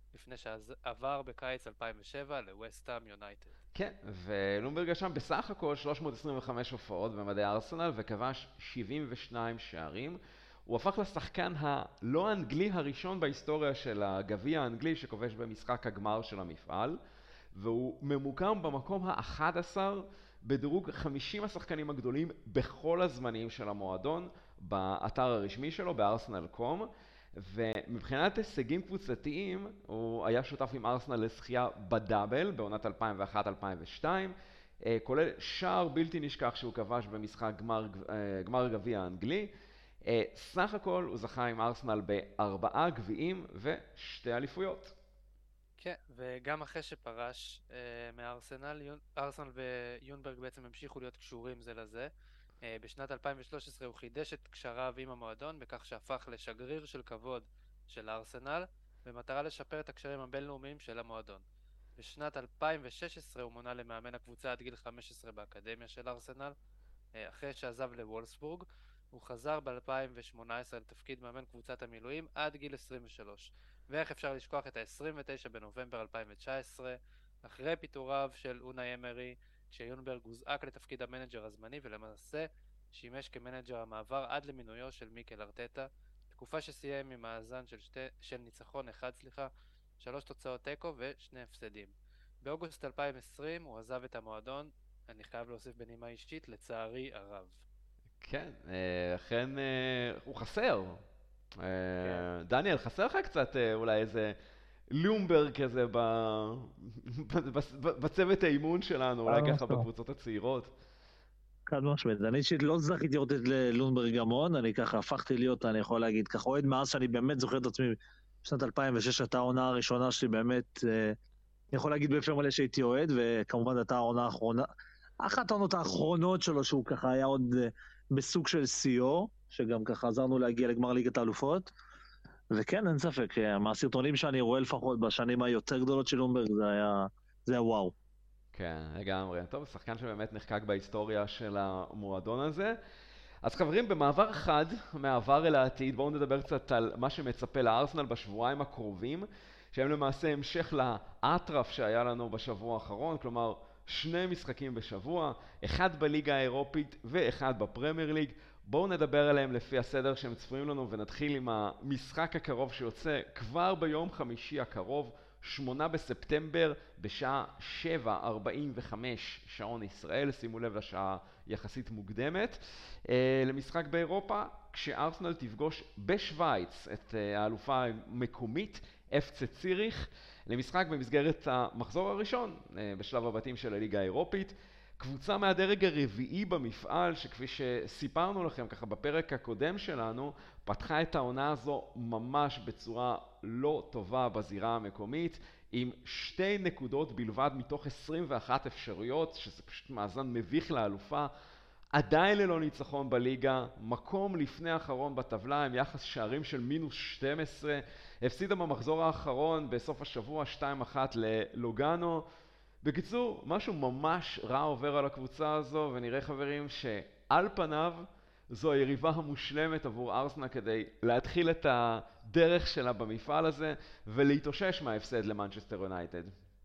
Speaker 3: לפני שעבר בקיץ אלפיים ושבע לווסט-האם יונייטד.
Speaker 1: כן, ולומברג ישב בסך הכל שלוש מאות עשרים וחמש הופעות במדי ארסנל וכבש שבעים ושניים שערים. הוא הפך לשחקן הלא אנגלי הראשון בהיסטוריה של הגביע האנגלי שכובש במשחק הגמר של המפעל, והוא ממוקם במקום ה-אחד עשר בדירוג חמישים השחקנים הגדולים בכל הזמנים של המועדון באתר הרשמי שלו בארסנל דוט קום. ומבחינת הישגים קבוצתיים הוא היה שותף עם ארסנל לזכייה בדאבל בעונת אלפיים ואחת אלפיים ושתיים, כולל שער בלתי נשכח שהוא כבש במשחק גמר, גמר גביע האנגלי. סך הכל הוא זכה עם ארסנל בארבעה גביעים ושתי אליפויות.
Speaker 3: כן, וגם אחרי שפרש אה, מארסנל, יונ... ארסנל ויונברג בעצם המשיכו להיות קשורים זה לזה. אה, בשנת אלפיים ושלוש עשרה הוא חידש את קשריו עם המועדון בכך שהפך לשגריר של כבוד של ארסנל, במטרה לשפר את הקשרים הבינלאומיים של המועדון. בשנת אלפיים ושש עשרה הוא מונה למאמן הקבוצה עד גיל חמש עשרה באקדמיה של ארסנל. אה, אחרי שעזב לוולסבורג, הוא חזר ב-אלפיים ושמונה עשרה לתפקיד מאמן קבוצת המילואים עד גיל עשרים ושלוש. ואיך אפשר לשכוח את ה-עשרים ותשעה בנובמבר אלפיים ותשע עשרה, אחרי פיטוריו של אונאי אמרי, כשיונברג הוזעק לתפקיד המנג'ר הזמני ולמעשה שימש כמנג'ר המעבר עד למינויו של מיקל ארטטה, תקופה שסיים עם מאזן של, שתי, של ניצחון אחד, סליחה, שלוש תוצאות תיקו ושני הפסדים. באוגוסט אלפיים ועשרים הוא עזב את המועדון, אני חייב להוסיף בנימה אישית, לצערי הרב.
Speaker 1: כן, אכן הוא חסר. דניאל, חסר לך קצת אולי איזה לומברג כזה בצוות האימון שלנו, אולי ככה בקבוצות הצעירות?
Speaker 2: חד משמעית, אני אישית לא זכיתי לראות את לונברג המון, אני ככה הפכתי להיות, אני יכול להגיד, ככה אוהד מאז שאני באמת זוכר את עצמי, בשנת אלפיים ושש הייתה העונה הראשונה שלי באמת, אני יכול להגיד בפה מלא שהייתי אוהד, וכמובן הייתה העונה האחרונה, אחת העונות האחרונות שלו שהוא ככה היה עוד בסוג של סיו, שגם ככה עזרנו להגיע לגמר ליגת האלופות, וכן, אין ספק, מהסרטונים שאני רואה לפחות בשנים היותר גדולות של לונברג, זה היה, זה היה וואו.
Speaker 1: כן, לגמרי. טוב, שחקן שבאמת נחקק בהיסטוריה של המועדון הזה. אז חברים, במעבר חד מעבר אל העתיד, בואו נדבר קצת על מה שמצפה לארסנל בשבועיים הקרובים, שהם למעשה המשך לאטרף שהיה לנו בשבוע האחרון, כלומר שני משחקים בשבוע, אחד בליגה האירופית ואחד בפרמייר ליג. בואו נדבר עליהם לפי הסדר שהם צפויים לנו ונתחיל עם המשחק הקרוב שיוצא כבר ביום חמישי הקרוב, שמונה בספטמבר בשעה שבע ארבעים וחמש שעון ישראל, שימו לב לשעה יחסית מוקדמת, למשחק באירופה, כשארסנל תפגוש בשוויץ את האלופה המקומית אף סי ציריך, למשחק במסגרת המחזור הראשון בשלב הבתים של הליגה האירופית. קבוצה מהדרג הרביעי במפעל, שכפי שסיפרנו לכם ככה בפרק הקודם שלנו, פתחה את העונה הזו ממש בצורה לא טובה בזירה המקומית, עם שתי נקודות בלבד מתוך עשרים ואחת אפשרויות, שזה פשוט מאזן מביך לאלופה, עדיין ללא ניצחון בליגה, מקום לפני האחרון בטבלה עם יחס שערים של מינוס שתים עשרה, הפסידה במחזור האחרון בסוף השבוע שתיים אחת ללוגאנו. בקיצור, משהו ממש רע עובר על הקבוצה הזו, ונראה חברים שעל פניו זו היריבה המושלמת עבור ארסנל כדי להתחיל את הדרך שלה במפעל הזה ולהתאושש מההפסד למנצ'סטר יונייטד.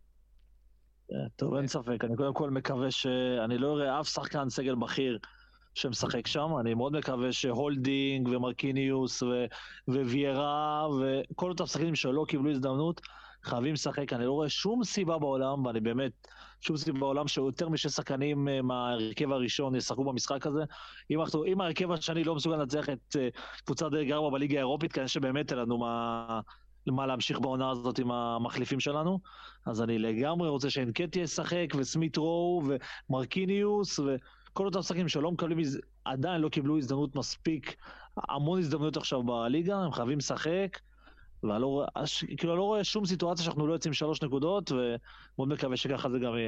Speaker 2: טוב, אין ספק, אני קודם כל מקווה שאני לא אראה אף שחקן סגל בכיר שמשחק שם, אני מאוד מקווה שהולדינג ומרקיניוס וויירה וכל אותם שחקנים שלא קיבלו הזדמנות חייבים לשחק. אני לא רואה שום סיבה בעולם, ואני באמת, שום סיבה בעולם שיותר משני שחקנים מהרכב הראשון ישחקו במשחק הזה. אם, אנחנו, אם הרכב השני לא מסוגל לנצח את קבוצת דרג ארבע בליגה האירופית, כנראה שבאמת אין לנו מה, מה להמשיך בעונה הזאת עם המחליפים שלנו. אז אני לגמרי רוצה שאנקטיה ישחק, וסמית רו, ומרקיניוס, וכל אותם שחקנים שלא מקבלים, עדיין לא קיבלו הזדמנות מספיק, המון הזדמנויות עכשיו בליגה, הם חייבים לשחק. ואני לא רואה, כאילו, לא רואה שום סיטואציה שאנחנו לא יוצאים שלוש נקודות, ומאוד מקווה שככה זה גם יהיה.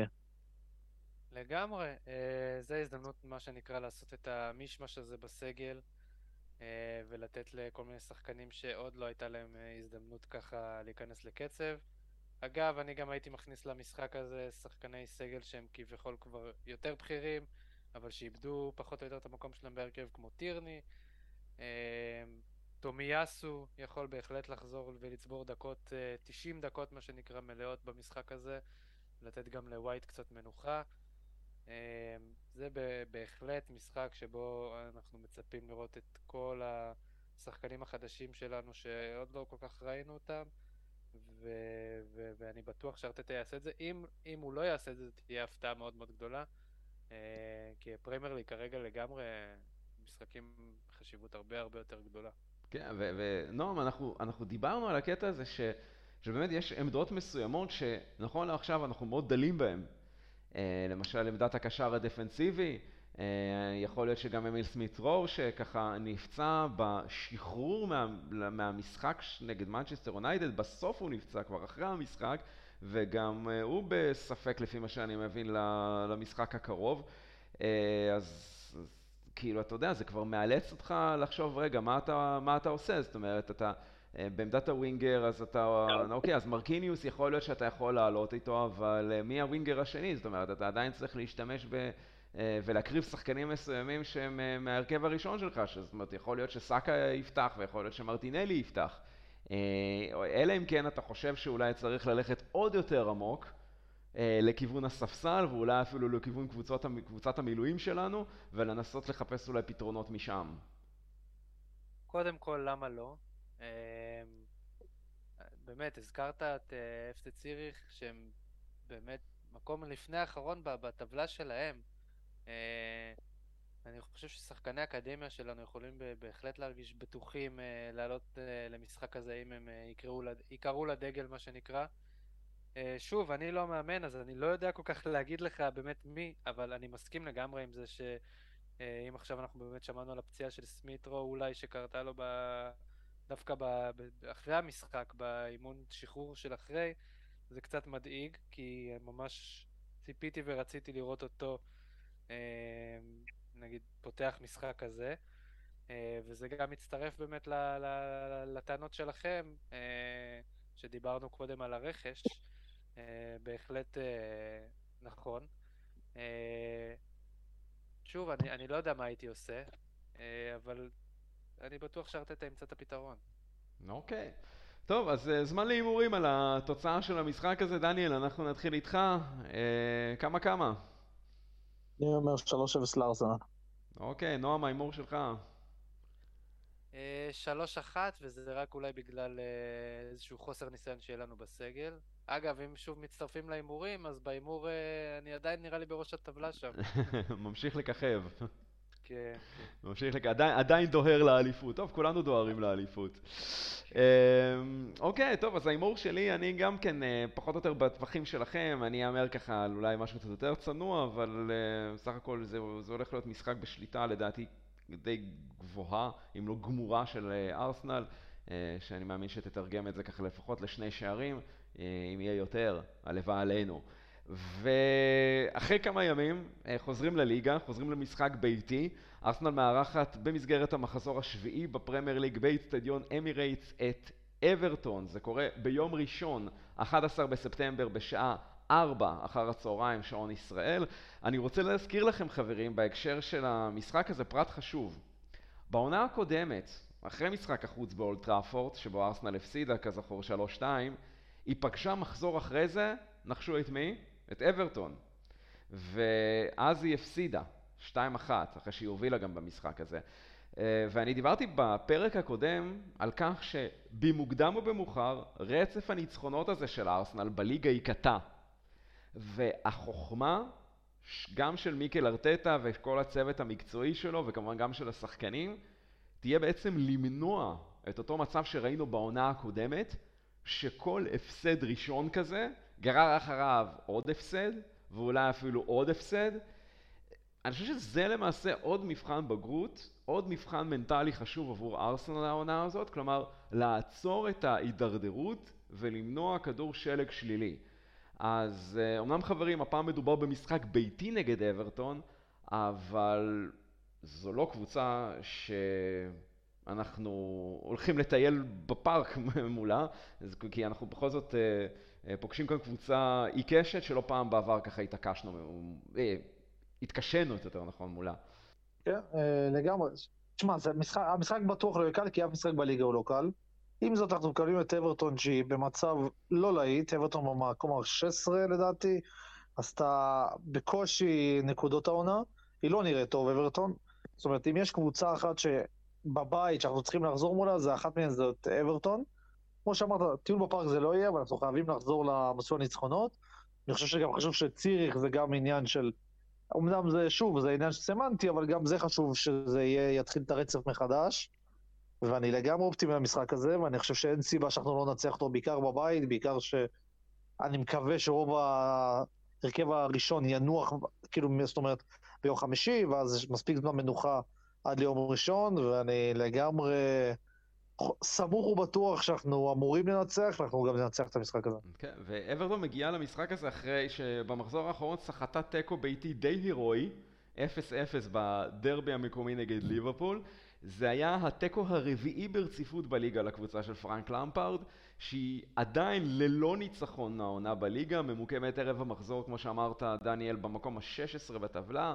Speaker 3: לגמרי, זה הזדמנות מה שנקרא לעשות את המשמש הזה בסגל, ולתת לכל מיני שחקנים שעוד לא הייתה להם הזדמנות ככה להיכנס לקצב. אגב, אני גם הייתי מכניס למשחק הזה שחקני סגל שהם כביכול כבר יותר בכירים, אבל שאיבדו פחות או יותר את המקום שלהם בהרכב, כמו טירני. תומיאסו יכול בהחלט לחזור ולצבור דקות, אה, תשעים דקות מה שנקרא מלאות במשחק הזה, לתת גם לווייט קצת מנוחה. אה, זה ב- בהחלט משחק שבו אנחנו מצפים לראות את כל השחקנים החדשים שלנו שעוד לא כל כך ראינו אותם, ו- ו- ואני בטוח שארטטה יעשה את זה. אם, אם הוא לא יעשה את זה, תהיה הפתעה מאוד מאוד גדולה, אה, כי הפרמייר ליג כרגע לגמרי משחקים בחשיבות הרבה הרבה יותר גדולה.
Speaker 1: כן, ונועם, אנחנו, אנחנו דיברנו על הקטע הזה ש, שבאמת יש עמדות מסוימות שנכון לעכשיו אנחנו מאוד דלים בהן. אה, למשל עמדת הקשר הדפנסיבי, אה, יכול להיות שגם אמיל סמית רו שככה נפצע בשחרור מה, מהמשחק נגד מנצ'סטר יונייטד, בסוף הוא נפצע כבר אחרי המשחק, וגם אה, הוא בספק לפי מה שאני מבין למשחק הקרוב. אה, אז כאילו, אתה יודע, זה כבר מאלץ אותך לחשוב, רגע, מה אתה, מה אתה עושה? זאת אומרת, אתה בעמדת הווינגר, אז אתה, אוקיי, אז מרקיניוס יכול להיות שאתה יכול לעלות איתו, אבל מי הווינגר השני? זאת אומרת, אתה עדיין צריך להשתמש ב, ולהקריב שחקנים מסוימים שהם מהרכב הראשון שלך, זאת אומרת, יכול להיות שסאקה יפתח, ויכול להיות שמרטינלי יפתח. אלא אם כן אתה חושב שאולי צריך ללכת עוד יותר עמוק, לכיוון הספסל, ואולי אפילו לכיוון קבוצות, קבוצת המילואים שלנו, ולנסות לחפש אולי פתרונות משם.
Speaker 3: קודם כל, למה לא? באמת, הזכרת את אף סי ציריך, שהם באמת מקום לפני האחרון בטבלה שלהם. אני חושב ששחקני האקדמיה שלנו יכולים בהחלט להרגיש בטוחים לעלות למשחק הזה, אם הם יקראו לדגל, מה שנקרא. שוב, אני לא מאמן, אז אני לא יודע כל כך להגיד לך באמת מי, אבל אני מסכים לגמרי עם זה שאם עכשיו אנחנו באמת שמענו על הפציעה של סמית רו, אולי שקרתה לו ב... דווקא ב... אחרי המשחק, באימון שחרור של אחרי, זה קצת מדאיג, כי ממש ציפיתי ורציתי לראות אותו, נגיד, פותח משחק כזה, וזה גם מצטרף באמת לטענות שלכם, שדיברנו קודם על הרכש, בהחלט נכון. שוב, אני, אני לא יודע מה הייתי עושה, אבל אני בטוח שארטטה ימצא את הפתרון.
Speaker 1: אוקיי. טוב, אז זמן להימורים על התוצאה של המשחק הזה. דניאל, אנחנו נתחיל איתך. כמה כמה?
Speaker 2: אני אומר שלוש אפס לארסנל.
Speaker 1: אוקיי, נועם, ההימור שלך.
Speaker 3: שלוש אחת, וזה רק אולי בגלל איזשהו חוסר ניסיון שיהיה לנו בסגל. אגב, אם שוב מצטרפים להימורים, אז בהימור אני עדיין נראה לי בראש הטבלה שם.
Speaker 1: ממשיך לככב.
Speaker 3: כן.
Speaker 1: ממשיך לככב, עדיין, עדיין דוהר לאליפות. טוב, כולנו דוהרים לאליפות. אוקיי, טוב, אז ההימור שלי, אני גם כן פחות או יותר בטווחים שלכם. אני אאמר ככה על אולי משהו קצת יותר צנוע, אבל בסך הכל זה, זה הולך להיות משחק בשליטה, לדעתי, די גבוהה, אם לא גמורה של ארסנל, שאני מאמין שתתרגם את זה ככה לפחות לשני שערים, אם יהיה יותר, הלוואי עלינו. ואחרי כמה ימים חוזרים לליגה, חוזרים למשחק ביתי. ארסנל מארחת במסגרת המחזור השביעי בפרמייר ליג באצטדיון אמירייטס את אברטון. זה קורה ביום ראשון, אחד עשר בספטמבר בשעה ארבע אחר הצהריים, שעון ישראל. אני רוצה להזכיר לכם, חברים, בהקשר של המשחק הזה, פרט חשוב. בעונה הקודמת, אחרי משחק החוץ באולד טראפורד, שבו ארסנל הפסידה כזכור שלוש שתיים, היא פגשה מחזור אחרי זה, נחשו את מי? את אברטון. ואז היא הפסידה, שתיים אחת, אחרי שהיא הובילה גם במשחק הזה. ואני דיברתי בפרק הקודם על כך שבמוקדם או במאוחר, רצף הניצחונות הזה של ארסנל בליגה ייקטע. והחוכמה, גם של מיקל ארטטה וכל הצוות המקצועי שלו, וכמובן גם של השחקנים, תהיה בעצם למנוע את אותו מצב שראינו בעונה הקודמת, שכל הפסד ראשון כזה גרר אחריו עוד הפסד, ואולי אפילו עוד הפסד. אני חושב שזה למעשה עוד מבחן בגרות, עוד מבחן מנטלי חשוב עבור ארסנל העונה הזאת, כלומר לעצור את ההידרדרות ולמנוע כדור שלג שלילי. אז אומנם חברים, הפעם מדובר במשחק ביתי נגד אברטון, אבל זו לא קבוצה שאנחנו הולכים לטייל בפארק מולה, כי אנחנו בכל זאת פוגשים כאן קבוצה עיקשת שלא פעם בעבר ככה התעקשנו, התקשנו יותר נכון מולה.
Speaker 2: כן, לגמרי. תשמע, זה משחק, המשחק בטוח לא יהיה קל, כי אף משחק בליגה הוא לא קל. עם זאת, אנחנו מקבלים את אברטון שהיא במצב לא להיט, אברטון במקום ה-שש עשרה לדעתי, עשתה בקושי נקודות העונה, היא לא נראית טוב אברטון. זאת אומרת, אם יש קבוצה אחת שבבית שאנחנו צריכים לחזור מולה, זה אחת מהן זאת אברטון. כמו שאמרת, טיול בפארק זה לא יהיה, אבל אנחנו חייבים לחזור למסלול הניצחונות. אני חושב שגם חשוב שציריך זה גם עניין של, אמנם זה שוב, זה עניין סמנטי, אבל גם זה חשוב שזה יהיה, יתחיל את הרצף מחדש. ואני לגמרי אופטימי במשחק הזה, ואני חושב שאין סיבה שאנחנו לא נצליח אותו בעיקר בבית, בעיקר שאני מקווה שרוב ההרכב הראשון ינוח, כאילו, זאת אומרת, ביום חמישי, ואז יש מספיק זמן מנוחה עד ליום ראשון, ואני לגמרי סמוך ובטוח שאנחנו אמורים לנצח, ואנחנו גם ננצח את המשחק הזה.
Speaker 1: כן, ואברטון מגיעה למשחק הזה אחרי שבמחזור האחרון סחטה תיקו ביתי די הירואי, אפס אפס בדרבי המקומי נגד ליברפול. זה היה התיקו הרביעי ברציפות בליגה לקבוצה של פרנק למפארד, שהיא עדיין ללא ניצחון העונה בליגה, ממוקמת ערב המחזור, כמו שאמרת, דניאל, במקום ה-שש עשרה בטבלה,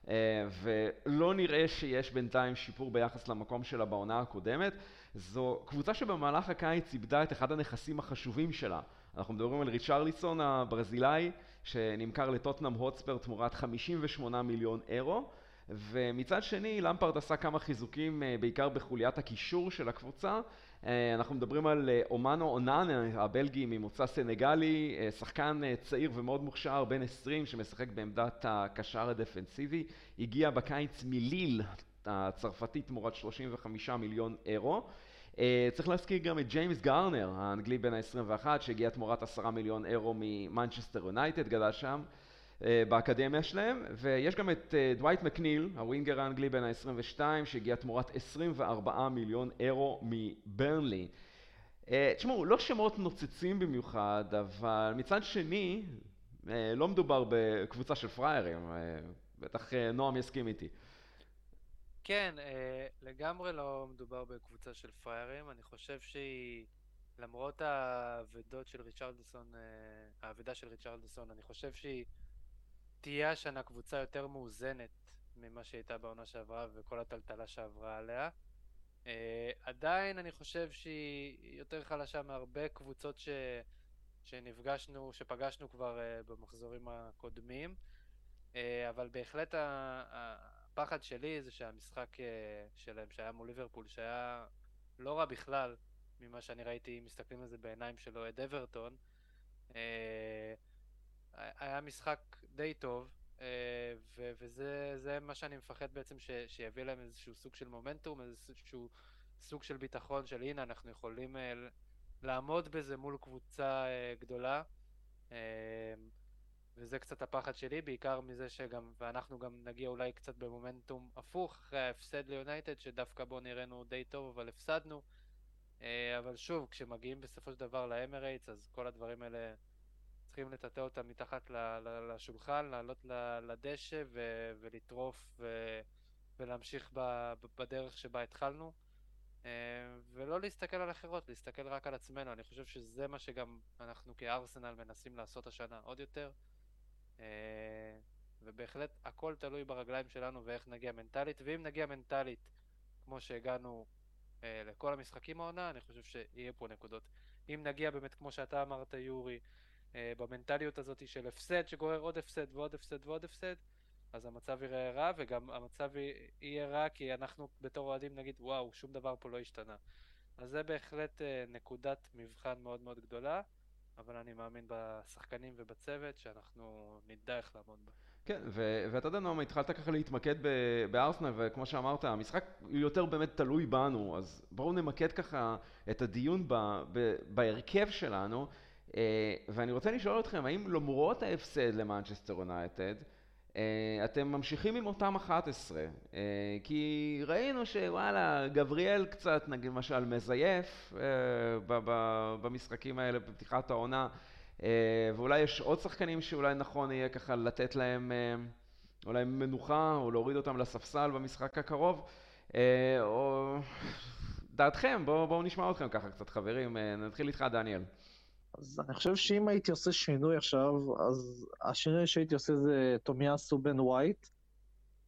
Speaker 1: ולא נראה שיש בינתיים שיפור ביחס למקום שלה בעונה הקודמת. זו קבוצה שבמהלך הקיץ איבדה את אחד הנכסים החשובים שלה. אנחנו מדברים על ריצ'רליסון הברזילאי, שנמכר לטוטנהאם הוטספר תמורת חמישים ושמונה מיליון אירו, ומצד שני למפרד עשה כמה חיזוקים בעיקר בחוליית הקישור של הקבוצה. אנחנו מדברים על אומנו אונן, הבלגי ממוצא סנגלי, שחקן צעיר ומאוד מוכשר, בן עשרים, שמשחק בעמדת הקשר הדפנסיבי, הגיע בקיץ מליל הצרפתית תמורת שלושים וחמישה מיליון אירו. צריך להזכיר גם את ג'יימס גארנר, האנגלי בן ה-עשרים ואחת, שהגיע תמורת עשרה מיליון אירו ממנצ'סטר יונייטד, גדל שם באקדמיה שלהם, ויש גם את דווייט מקניל, הווינגר האנגלי בן ה-עשרים ושתיים, שהגיע תמורת עשרים וארבעה מיליון אירו מברנלי. תשמעו, לא שמות נוצצים במיוחד, אבל מצד שני, לא מדובר בקבוצה של פריירים, בטח נועם יסכים איתי.
Speaker 3: כן, לגמרי לא מדובר בקבוצה של פריירים. אני חושב שהיא, למרות העבדות של ריצ'רלדסון, העבדה של ריצ'רלדסון, אני חושב שהיא תהיה השנה קבוצה יותר מאוזנת ממה שהייתה בעונה שעברה וכל הטלטלה שעברה עליה. Uh, עדיין אני חושב שהיא יותר חלשה מהרבה קבוצות ש... שנפגשנו, שפגשנו כבר uh, במחזורים הקודמים. Uh, אבל בהחלט הפחד שלי זה שהמשחק uh, שלהם שהיה מול ליברפול, שהיה לא רע בכלל ממה שאני ראיתי, מסתכלים על זה בעיניים של אוהד אברטון, uh, היה משחק די טוב, ו- וזה זה מה שאני מפחד בעצם ש- שיביא להם איזשהו סוג של מומנטום, איזשהו סוג של ביטחון של הנה אנחנו יכולים לעמוד בזה מול קבוצה גדולה, וזה קצת הפחד שלי, בעיקר מזה שגם, ואנחנו גם נגיע אולי קצת במומנטום הפוך אחרי ההפסד ליונייטד, שדווקא בו נראינו די טוב אבל הפסדנו, אבל שוב, כשמגיעים בסופו של דבר לאמרייטס, אז כל הדברים האלה צריכים לטאטא אותם מתחת לשולחן, לעלות לדשא ו- ולטרוף ו- ולהמשיך ב- בדרך שבה התחלנו, ולא להסתכל על אחרות, להסתכל רק על עצמנו. אני חושב שזה מה שגם אנחנו כארסנל מנסים לעשות השנה עוד יותר, ובהחלט הכל תלוי ברגליים שלנו ואיך נגיע מנטלית, ואם נגיע מנטלית כמו שהגענו לכל המשחקים העונה, אני חושב שיהיה פה נקודות. אם נגיע באמת כמו שאתה אמרת יורי, במנטליות הזאת של הפסד שגורר עוד הפסד ועוד הפסד ועוד הפסד, אז המצב יראה רע, וגם המצב יהיה רע כי אנחנו בתור אוהדים נגיד וואו, שום דבר פה לא השתנה. אז זה בהחלט נקודת מבחן מאוד מאוד גדולה, אבל אני מאמין בשחקנים ובצוות שאנחנו נדע איך לעמוד בה.
Speaker 1: כן, ו- ואתה יודע נועם, התחלת ככה להתמקד ב- בארסנל, וכמו שאמרת, המשחק יותר באמת תלוי בנו, אז בואו נמקד ככה את הדיון ב- ב- בהרכב שלנו, Uh, ואני רוצה לשאול אתכם, האם למרות ההפסד למנצ'סטר יונייטד, uh, אתם ממשיכים עם אותם אחת עשרה? Uh, כי ראינו שוואלה, גבריאל קצת, נגיד למשל, מזייף uh, ב- ב- במשחקים האלה בפתיחת העונה, uh, ואולי יש עוד שחקנים שאולי נכון יהיה ככה לתת להם uh, אולי מנוחה, או להוריד אותם לספסל במשחק הקרוב, uh, או דעתכם, בואו בוא נשמע אתכם ככה קצת חברים, uh, נתחיל איתך דניאל.
Speaker 2: אז אני חושב שאם הייתי עושה שינוי עכשיו, אז השינוי שהייתי עושה זה תומיאסו בן ווייט.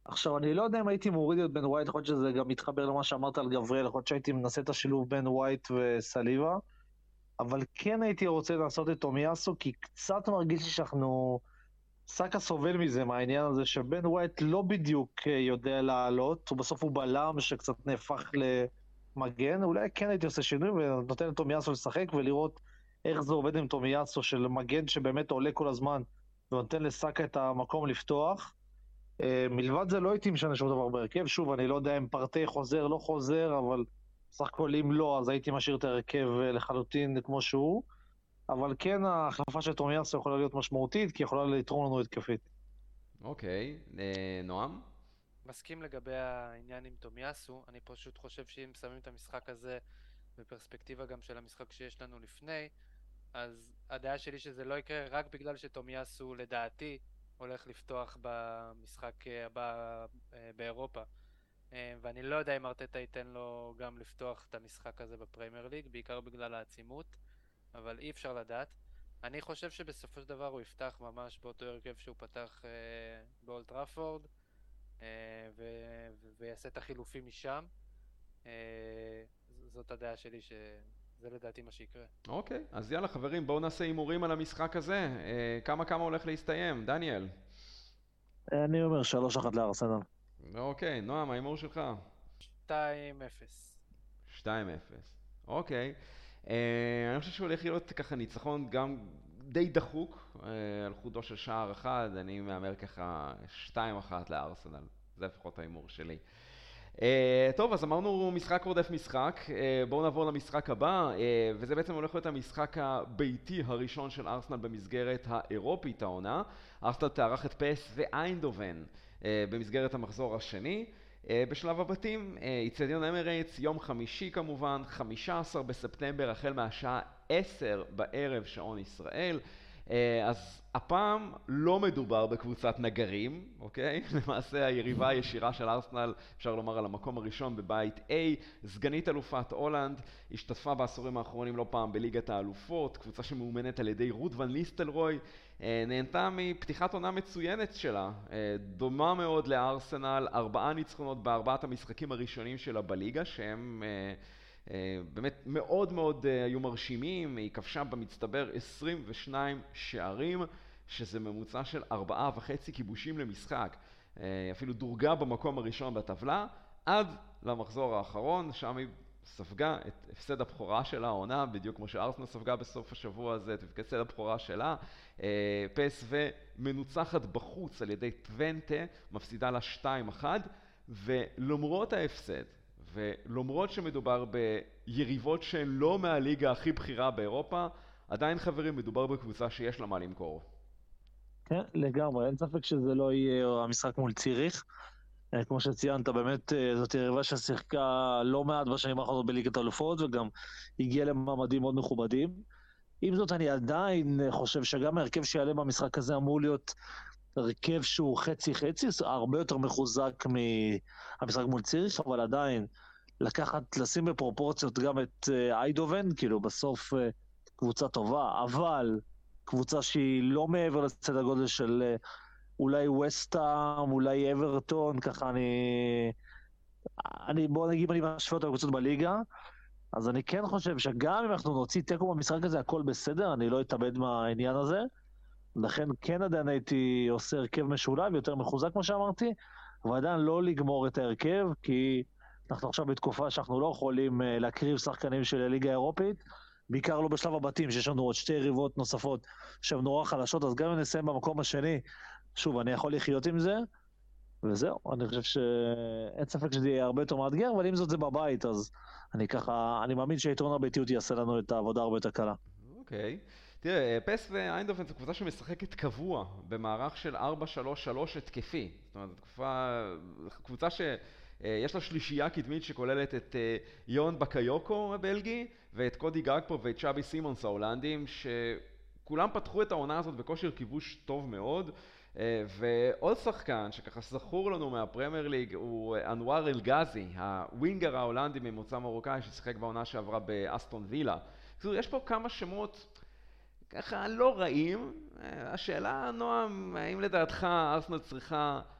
Speaker 2: עכשיו, אני לא יודע אם הייתי מוריד את בן ווייט, יכול להיות שזה גם מתחבר למה שאמרת על גבריאל, יכול להיות שהייתי מנסה את השילוב בין ווייט וסליבה, אבל כן הייתי רוצה לעשות את תומיאסו, כי קצת מרגיש לי שאנחנו... סאקה סובל מזה, מהעניין הזה שבן ווייט לא בדיוק אה, יודע לעלות, הוא בסוף הוא בלם שקצת נהפך למגן, אולי כן הייתי עושה שינוי ונותן לתומיאסו לשחק ולראות איך זה עובד עם תומיאסו של מגן שבאמת עולה כל הזמן, ונותן לסאקה את המקום לפתוח. אה, מלבד זה לא הייתי משנה שום דבר בהרכב, שוב, אני לא יודע אם פרטי חוזר, לא חוזר, אבל סך הכל אם לא, אז הייתי משאיר את ההרכב אה, לחלוטין כמו שהוא. אבל כן, ההחלפה של תומיאסו יכולה להיות משמעותית, כי יכולה לתרום לנו התקפית.
Speaker 1: אוקיי, אה, נועם?
Speaker 3: מסכים לגבי העניין עם תומיאסו, אני פשוט חושב שאם שמים את המשחק הזה בפרספקטיבה גם של המשחק שיש לנו לפני, אז הדעה שלי שזה לא יקרה רק בגלל שתומיאסו לדעתי הולך לפתוח במשחק אה, הבא אה, באירופה. אה, ואני לא יודע אם ארטטה ייתן לו גם לפתוח את המשחק הזה בפריימר ליג, בעיקר בגלל העצימות, אבל אי אפשר לדעת. אני חושב שבסופו של דבר הוא יפתח ממש באותו הרכב שהוא פתח אה, באולט טראפורד, אה, ו- ו- ויעשה את החילופים משם. אה, ז- זאת הדעה שלי, שזה לדעתי מה שיקרה.
Speaker 1: אוקיי, אז יאללה חברים, בואו נעשה הימורים על המשחק הזה. אה, כמה כמה הולך להסתיים? דניאל?
Speaker 2: אני אומר שלוש אחת לארסנל.
Speaker 1: אוקיי, נועם, ההימור שלך?
Speaker 3: שתיים אפס.
Speaker 1: שתיים אפס. אוקיי. אה, אני חושב שהוא הולך להיות ככה ניצחון גם די דחוק, אה, על חודו של שער אחד, אני מהמר ככה שתיים אחת לארסנל. זה לפחות ההימור שלי. Uh, טוב, אז אמרנו משחק רודף משחק, uh, בואו נעבור למשחק הבא, uh, וזה בעצם הולך להיות המשחק הביתי הראשון של ארסנל במסגרת האירופית העונה. ארסנל תארח את פס ואיינדובן uh, במסגרת המחזור השני. Uh, בשלב הבתים, איצטדיון uh, אמרייטס, יום חמישי כמובן, חמישה עשר בספטמבר, החל מהשעה עשר בערב שעון ישראל. אז הפעם לא מדובר בקבוצת נגרים, אוקיי? למעשה היריבה הישירה של ארסנל, אפשר לומר על המקום הראשון בבית A, סגנית אלופת הולנד, השתתפה בעשורים האחרונים לא פעם בליגת האלופות, קבוצה שמאומנת על ידי רות ון ליסטלרוי, נהנתה מפתיחת עונה מצוינת שלה, דומה מאוד לארסנל, ארבעה ניצחונות בארבעת המשחקים הראשונים שלה בליגה, שהם... Uh, באמת מאוד מאוד uh, היו מרשימים, היא כבשה במצטבר עשרים ושניים שערים, שזה ממוצע של ארבעה וחצי כיבושים למשחק. Uh, אפילו דורגה במקום הראשון בטבלה, עד למחזור האחרון, שם היא ספגה את הפסד הבכורה שלה, העונה, בדיוק כמו שארסנל ספגה בסוף השבוע הזה, את הפסד הבכורה שלה. Uh, פס ומנוצחת בחוץ על ידי טוונטה, מפסידה לה שתיים אחת, ולמרות ההפסד, ולמרות שמדובר ביריבות שהן לא מהליגה הכי בכירה באירופה, עדיין חברים מדובר בקבוצה שיש לה מה למכור.
Speaker 2: כן, לגמרי, אין ספק שזה לא יהיה המשחק מול ציריך. כמו שציינת, באמת זאת יריבה ששיחקה לא מעט בשנים האחרונות בליגת האלופות, וגם הגיעה למעמדים מאוד מכובדים. עם זאת, אני עדיין חושב שגם ההרכב שיעלה במשחק הזה אמור להיות הרכב שהוא חצי-חצי, הרבה יותר מחוזק מהמשחק מול ציריך, אבל עדיין לקחת, לשים בפרופורציות גם את איידובן, כאילו בסוף קבוצה טובה, אבל קבוצה שהיא לא מעבר לסדר גודל של אולי ווסטהאם, אולי אברטון, ככה אני... אני בוא נגיד, אני משווה אותה בקבוצות בליגה, אז אני כן חושב שגם אם אנחנו נוציא תיקו במשחק הזה, הכל בסדר, אני לא אתאבד מהעניין הזה, לכן כן עדיין הייתי עושה הרכב משולב, יותר מחוזק כמו שאמרתי, אבל עדיין לא לגמור את ההרכב, כי אנחנו עכשיו בתקופה שאנחנו לא יכולים להקריב שחקנים של הליגה האירופית, בעיקר לא בשלב הבתים, שיש לנו עוד שתי יריבות נוספות שהן נורא חלשות, אז גם אם נסיים במקום השני, שוב, אני יכול לחיות עם זה, וזהו, אני חושב שאין ספק שזה יהיה הרבה יותר מאתגר, אבל אם זאת זה בבית, אז אני ככה, אני מאמין שהיתרון הביתיות יעשה לנו את העבודה הרבה יותר קלה.
Speaker 1: אוקיי. תראה, פס ואיינדובן זו קבוצה שמשחקת קבוע במערך של ארבע שלוש שלוש התקפי. זאת אומרת, קבוצה, קבוצה שיש לה שלישייה קדמית שכוללת את יון בקיוקו הבלגי, ואת קודי גאגפו ואת צ'אבי סימונס ההולנדים, שכולם פתחו את העונה הזאת בכושר כיבוש טוב מאוד. ועוד שחקן שככה זכור לנו מהפרמייר ליג הוא אנואר אלגזי, הווינגר ההולנדי ממוצא מרוקאי ששיחק בעונה שעברה באסטון וילה. יש פה כמה שמות ככה לא רעים. השאלה, נועם, האם לדעתך ארסנל צריכה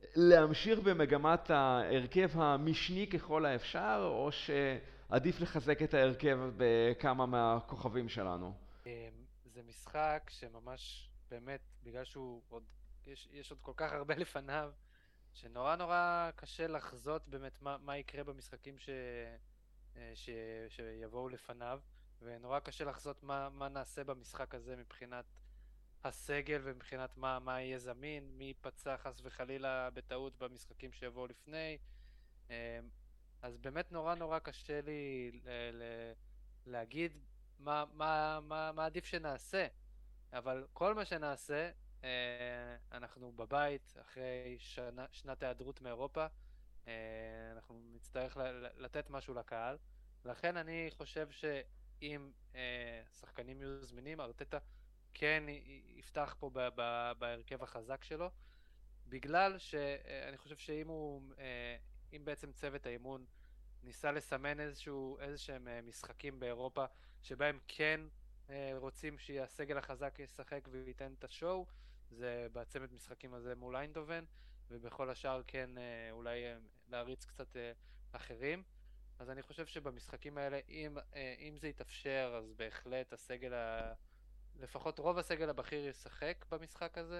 Speaker 1: להמשיך במגמת ההרכב המשני ככל האפשר, או שעדיף לחזק את ההרכב בכמה מהכוכבים שלנו?
Speaker 3: זה משחק שממש באמת, בגלל שהוא עוד, יש, יש עוד כל כך הרבה לפניו, שנורא נורא קשה לחזות באמת מה, מה יקרה במשחקים ש, ש, שיבואו לפניו, ונורא קשה לחזות מה, מה נעשה במשחק הזה מבחינת הסגל ומבחינת מה, מה יהיה זמין, מי ייפצע חס וחלילה בטעות במשחקים שיבואו לפני. אז באמת נורא נורא קשה לי ל, ל, להגיד מה, מה, מה, מה עדיף שנעשה, אבל כל מה שנעשה, אנחנו בבית אחרי שנה, שנת היעדרות מאירופה, אנחנו נצטרך לתת משהו לקהל, לכן אני חושב שאם שחקנים יהיו זמינים, ארטטה כן יפתח פה ב- ב- בהרכב החזק שלו, בגלל שאני חושב שאם הוא, אם בעצם צוות האימון ניסה לסמן איזשהו, איזשהם משחקים באירופה שבהם כן רוצים שהסגל החזק ישחק וייתן את השואו, זה בצוות משחקים הזה מול איינדובן, ובכל השאר כן אולי להריץ קצת אחרים. אז אני חושב שבמשחקים האלה, אם, אם זה יתאפשר, אז בהחלט הסגל, ה... לפחות רוב הסגל הבכיר ישחק במשחק הזה.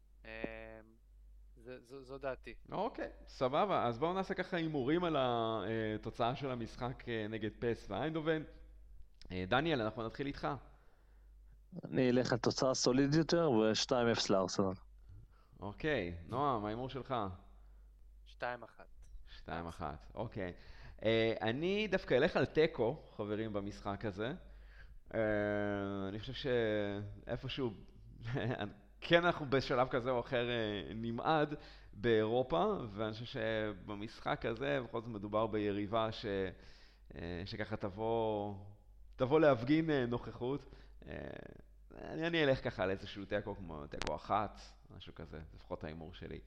Speaker 3: זה, זו, זו דעתי.
Speaker 1: אוקיי, סבבה. אז בואו נעשה ככה הימורים על התוצאה של המשחק נגד פס ואיינדובן. דניאל, אנחנו נתחיל איתך.
Speaker 2: אני אלך על תוצאה סולידית יותר ו-שתיים אפס לארסנל.
Speaker 1: אוקיי, נועם, ההימור שלך?
Speaker 3: שתיים אחת.
Speaker 1: שתיים אחת, אוקיי. אני דווקא אלך על טקו, חברים, במשחק הזה. אני חושב שאיפשהו, כן אנחנו בשלב כזה או אחר נמעד באירופה, ואני חושב שבמשחק הזה בכל זאת מדובר ביריבה ש... שככה תבוא, תבוא להפגין נוכחות. אני, אני אלך ככה על איזשהו טקו כמו טקו אחת, משהו כזה, לפחות ההימור שלי.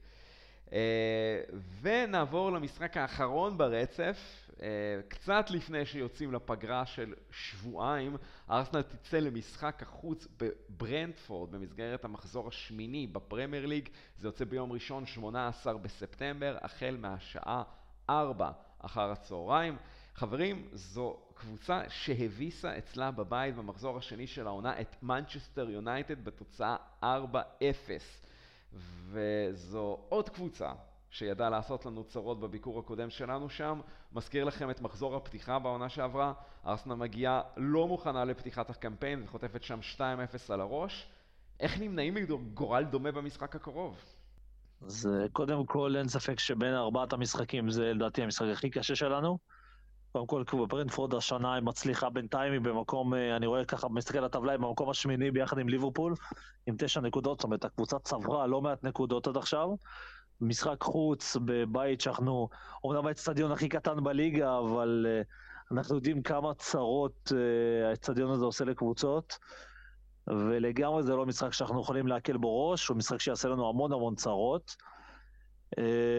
Speaker 1: ונעבור למשחק האחרון ברצף, קצת לפני שיוצאים לפגרה של שבועיים, ארסנל תצא למשחק החוץ בברנטפורד במסגרת המחזור השמיני בפרמייר ליג. זה יוצא ביום ראשון שמונה עשר בספטמבר, החל מהשעה ארבע אחר הצהריים. חברים, זו קבוצה שהביסה אצלה בבית במחזור השני של העונה את מנצ'סטר יונייטד בתוצאה ארבע אפס. וזו עוד קבוצה שידעה לעשות לנו צרות בביקור הקודם שלנו שם. מזכיר לכם את מחזור הפתיחה בעונה שעברה. ארסנל מגיעה לא מוכנה לפתיחת הקמפיין וחוטפת שם שתיים אפס על הראש. איך נמנעים מגורל דומה במשחק הקרוב?
Speaker 2: אז קודם כל אין ספק שבין ארבעת המשחקים זה לדעתי המשחק הכי קשה שלנו. קודם כל, כמו ברנטפורד השנה היא מצליחה בינתיים, היא במקום, אני רואה ככה, מסתכל על הטבלה, היא במקום השמיני ביחד עם ליברפול, עם תשע נקודות, זאת אומרת, הקבוצה צברה לא מעט נקודות עד עכשיו. משחק חוץ בבית שאנחנו, אומנם האצטדיון הכי קטן בליגה, אבל uh, אנחנו יודעים כמה צרות uh, האצטדיון הזה עושה לקבוצות, ולגמרי זה לא משחק שאנחנו יכולים להקל בו ראש, הוא משחק שיעשה לנו המון המון צרות. Uh,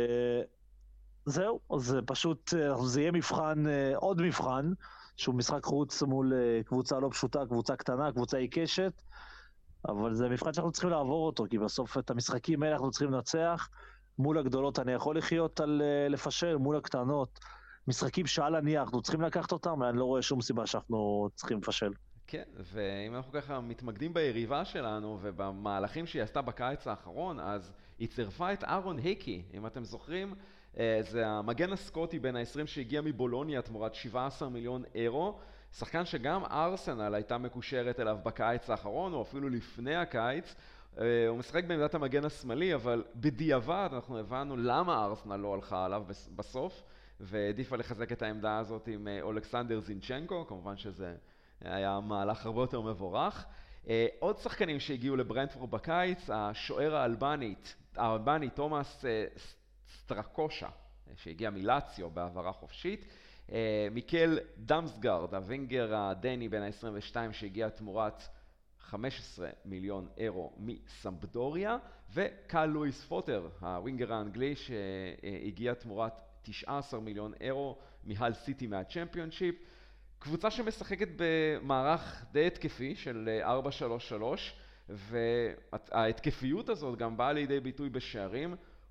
Speaker 2: זהו, זה פשוט, זה יהיה מבחן, עוד מבחן, שהוא משחק חוץ מול קבוצה לא פשוטה, קבוצה קטנה, קבוצה עיקשת, אבל זה מבחן שאנחנו צריכים לעבור אותו, כי בסוף את המשחקים האלה אנחנו צריכים לנצח, מול הגדולות אני יכול לחיות על לפשל, מול הקטנות, משחקים שעל הנייר, אנחנו צריכים לקחת אותם, ואני לא רואה שום סיבה שאנחנו צריכים לפשל.
Speaker 1: כן, ואם אנחנו ככה מתמקדים ביריבה שלנו ובמהלכים שהיא עשתה בקיץ האחרון, אז היא צירפה את אהרון היקי, אם אתם זוכרים, זה המגן הסקוטי בין ה-עשרים שהגיע מבולוניה תמורת שבעה עשר מיליון אירו, שחקן שגם ארסנל הייתה מקושרת אליו בקיץ האחרון או אפילו לפני הקיץ. הוא משחק בעמדת המגן השמאלי, אבל בדיעבד אנחנו הבנו למה ארסנל לא הלכה עליו בסוף והעדיפה לחזק את העמדה הזאת עם אולכסנדר זינצ'נקו, כמובן שזה היה מהלך הרבה יותר מבורך. עוד שחקנים שהגיעו לברנטפורד בקיץ, השוער האלבנית, האלבני תומאס סטרקושה, שהגיע מלאציו בעברה חופשית, מיקל דמסגרד, הווינגר הדני בין ה-עשרים ושתיים שהגיע תמורת חמישה עשר מיליון אירו מסמפדוריה, וקל לואיס פוטר, הווינגר האנגלי שהגיע תמורת תשעה עשר מיליון אירו מהל סיטי מהצ'מפיונשיפ. קבוצה שמשחקת במערך די התקפי של ארבע שלוש שלוש, וההתקפיות הזאת גם באה לידי ביטוי בשערים.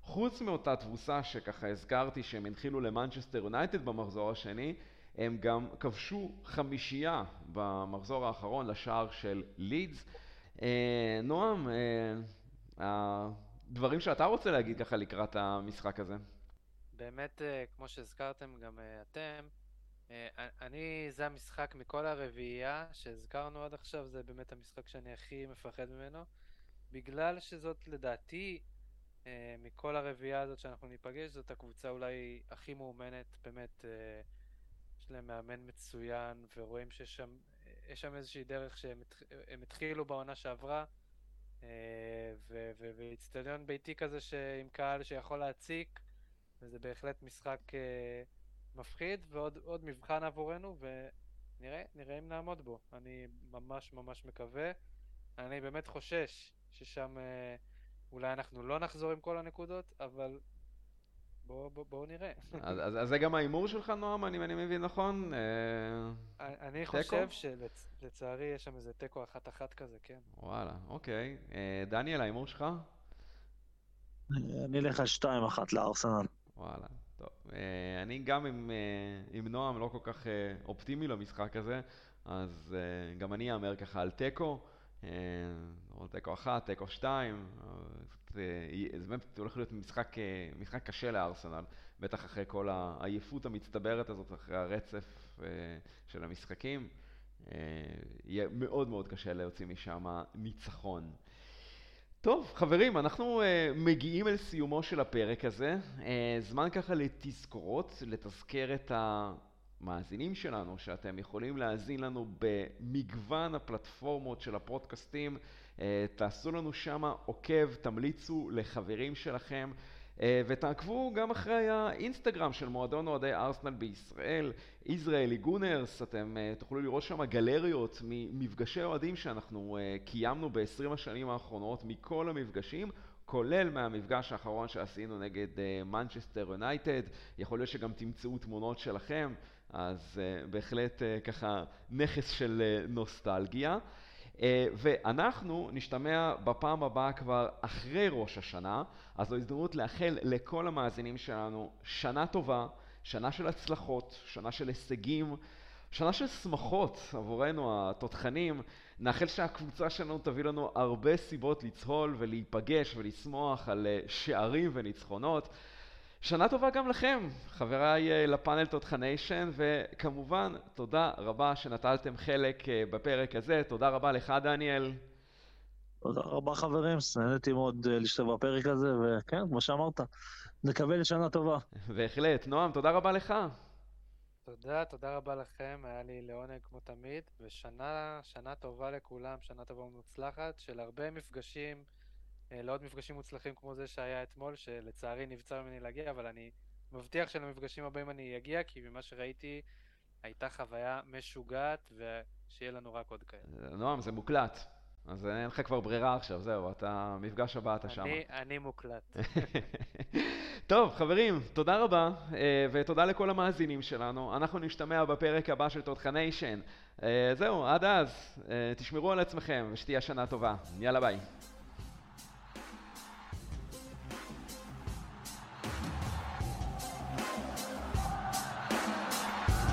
Speaker 1: חוץ מאותה תבוסה שככה הזכרתי שהם הנחילו למנצ'סטר יונייטד במחזור השני, הם גם כבשו חמישייה במחזור האחרון לשער של לידס. אה, נועם, אה, הדברים שאתה רוצה להגיד ככה לקראת המשחק הזה?
Speaker 3: באמת, אה, כמו שהזכרתם גם אה, אתם, אה, אני, זה המשחק מכל הרביעייה שהזכרנו עד עכשיו, זה באמת המשחק שאני הכי מפחד ממנו, בגלל שזאת לדעתי, אה, מכל הרביעייה הזאת שאנחנו ניפגש, זאת הקבוצה אולי הכי מאומנת, באמת, אה, יש להם מאמן מצוין, ורואים שיש שם, יש שם איזושהי דרך שהם התח- הם התחילו בעונה שעברה, אה, ו- ו- ואיצטדיון ביתי כזה עם קהל שיכול להציק, וזה בהחלט משחק אה, מפחיד, ועוד עוד מבחן עבורנו, ונראה נראה אם נעמוד בו. אני ממש ממש מקווה. אני באמת חושש ששם אה, אולי אנחנו לא נחזור עם כל הנקודות, אבל בואו בוא, בוא נראה.
Speaker 1: אז, אז, אז זה גם האימור שלך, נועם, אני, אני מבין נכון? אה,
Speaker 3: אני
Speaker 1: תיקו?
Speaker 3: חושב שלצערי יש שם איזה תיקו אחת אחת כזה, כן.
Speaker 1: וואלה, אוקיי. אה, דניאל, האימור שלך?
Speaker 2: אני אלך על שתיים אחת לארסנל.
Speaker 1: וואלה, טוב. אה, אני גם עם, אה, עם נועם לא כל כך אה, אופטימי למשחק הזה, אז אה, גם אני אאמר ככה על תיקו, אה, או תיקו אחת, תיקו שתיים, זה, זה באמת הולך להיות משחק, אה, משחק קשה לארסנל, בטח אחרי כל העייפות המצטברת הזאת, אחרי הרצף אה, של המשחקים, אה, יהיה מאוד מאוד קשה להוציא משם ניצחון. טוב, חברים, אנחנו uh, מגיעים אל סיומו של הפרק הזה. Uh, זמן ככה לתזכורות, לתזכר את המאזינים שלנו, שאתם יכולים להאזין לנו במגוון הפלטפורמות של הפודקאסטים. Uh, תעשו לנו שמה עוקב, תמליצו לחברים שלכם, uh, ותעקבו גם אחרי האינסטגרם של מועדון אוהדי ארסנל בישראל, ישראלי גונרס. אתם uh, תוכלו לראות שם גלריות ממפגשי אוהדים שאנחנו uh, קיימנו ב-עשרים השנים האחרונות, מכל המפגשים, כולל מהמפגש האחרון שעשינו נגד מנצ'סטר יונייטד. יכול להיות שגם תמצאו תמונות שלכם, אז uh, בהחלט uh, ככה נכס של uh, נוסטלגיה. Uh, ואנחנו נשתמע בפעם הבאה כבר אחרי ראש השנה, אז זו הזדמנות לאחל לכל המאזינים שלנו שנה טובה, שנה של הצלחות, שנה של הישגים, שנה של שמחות עבורנו התותחנים. נאחל שהקבוצה שלנו תביא לנו הרבה סיבות לצהול ולהיפגש ולשמוח על שערים וניצחונות. שנה טובה גם לכם, חבריי לפאנל תותחניישן, וכמובן תודה רבה שנטלתם חלק בפרק הזה. תודה רבה לך, דניאל.
Speaker 2: תודה רבה חברים, נהניתי מאוד להשתתף בפרק הזה, וכן, כמו שאמרת, נקווה לשנה טובה.
Speaker 1: בהחלט. נועם, תודה רבה לך.
Speaker 3: תודה, תודה רבה לכם, היה לי לעונג כמו תמיד, ושנה שנה טובה לכולם, שנה טובה ומוצלחת, של הרבה מפגשים, לעוד מפגשים מוצלחים כמו זה שהיה אתמול, שלצערי נבצר ממני להגיע, אבל אני מבטיח שלמפגשים הבאים אני אגיע, כי ממה שראיתי הייתה חוויה משוגעת, ושיהיה לנו רק עוד כאלה.
Speaker 1: נועם, זה מוקלט. אז אין לך כבר ברירה עכשיו, זהו, אתה, מפגש הבא אתה שמה.
Speaker 3: אני, אני מוקלט.
Speaker 1: טוב, חברים, תודה רבה, ותודה לכל המאזינים שלנו. אנחנו נשתמע בפרק הבא של תותחניישן. זהו, עד אז, תשמרו על עצמכם ושתהיה שנה טובה. יאללה ביי.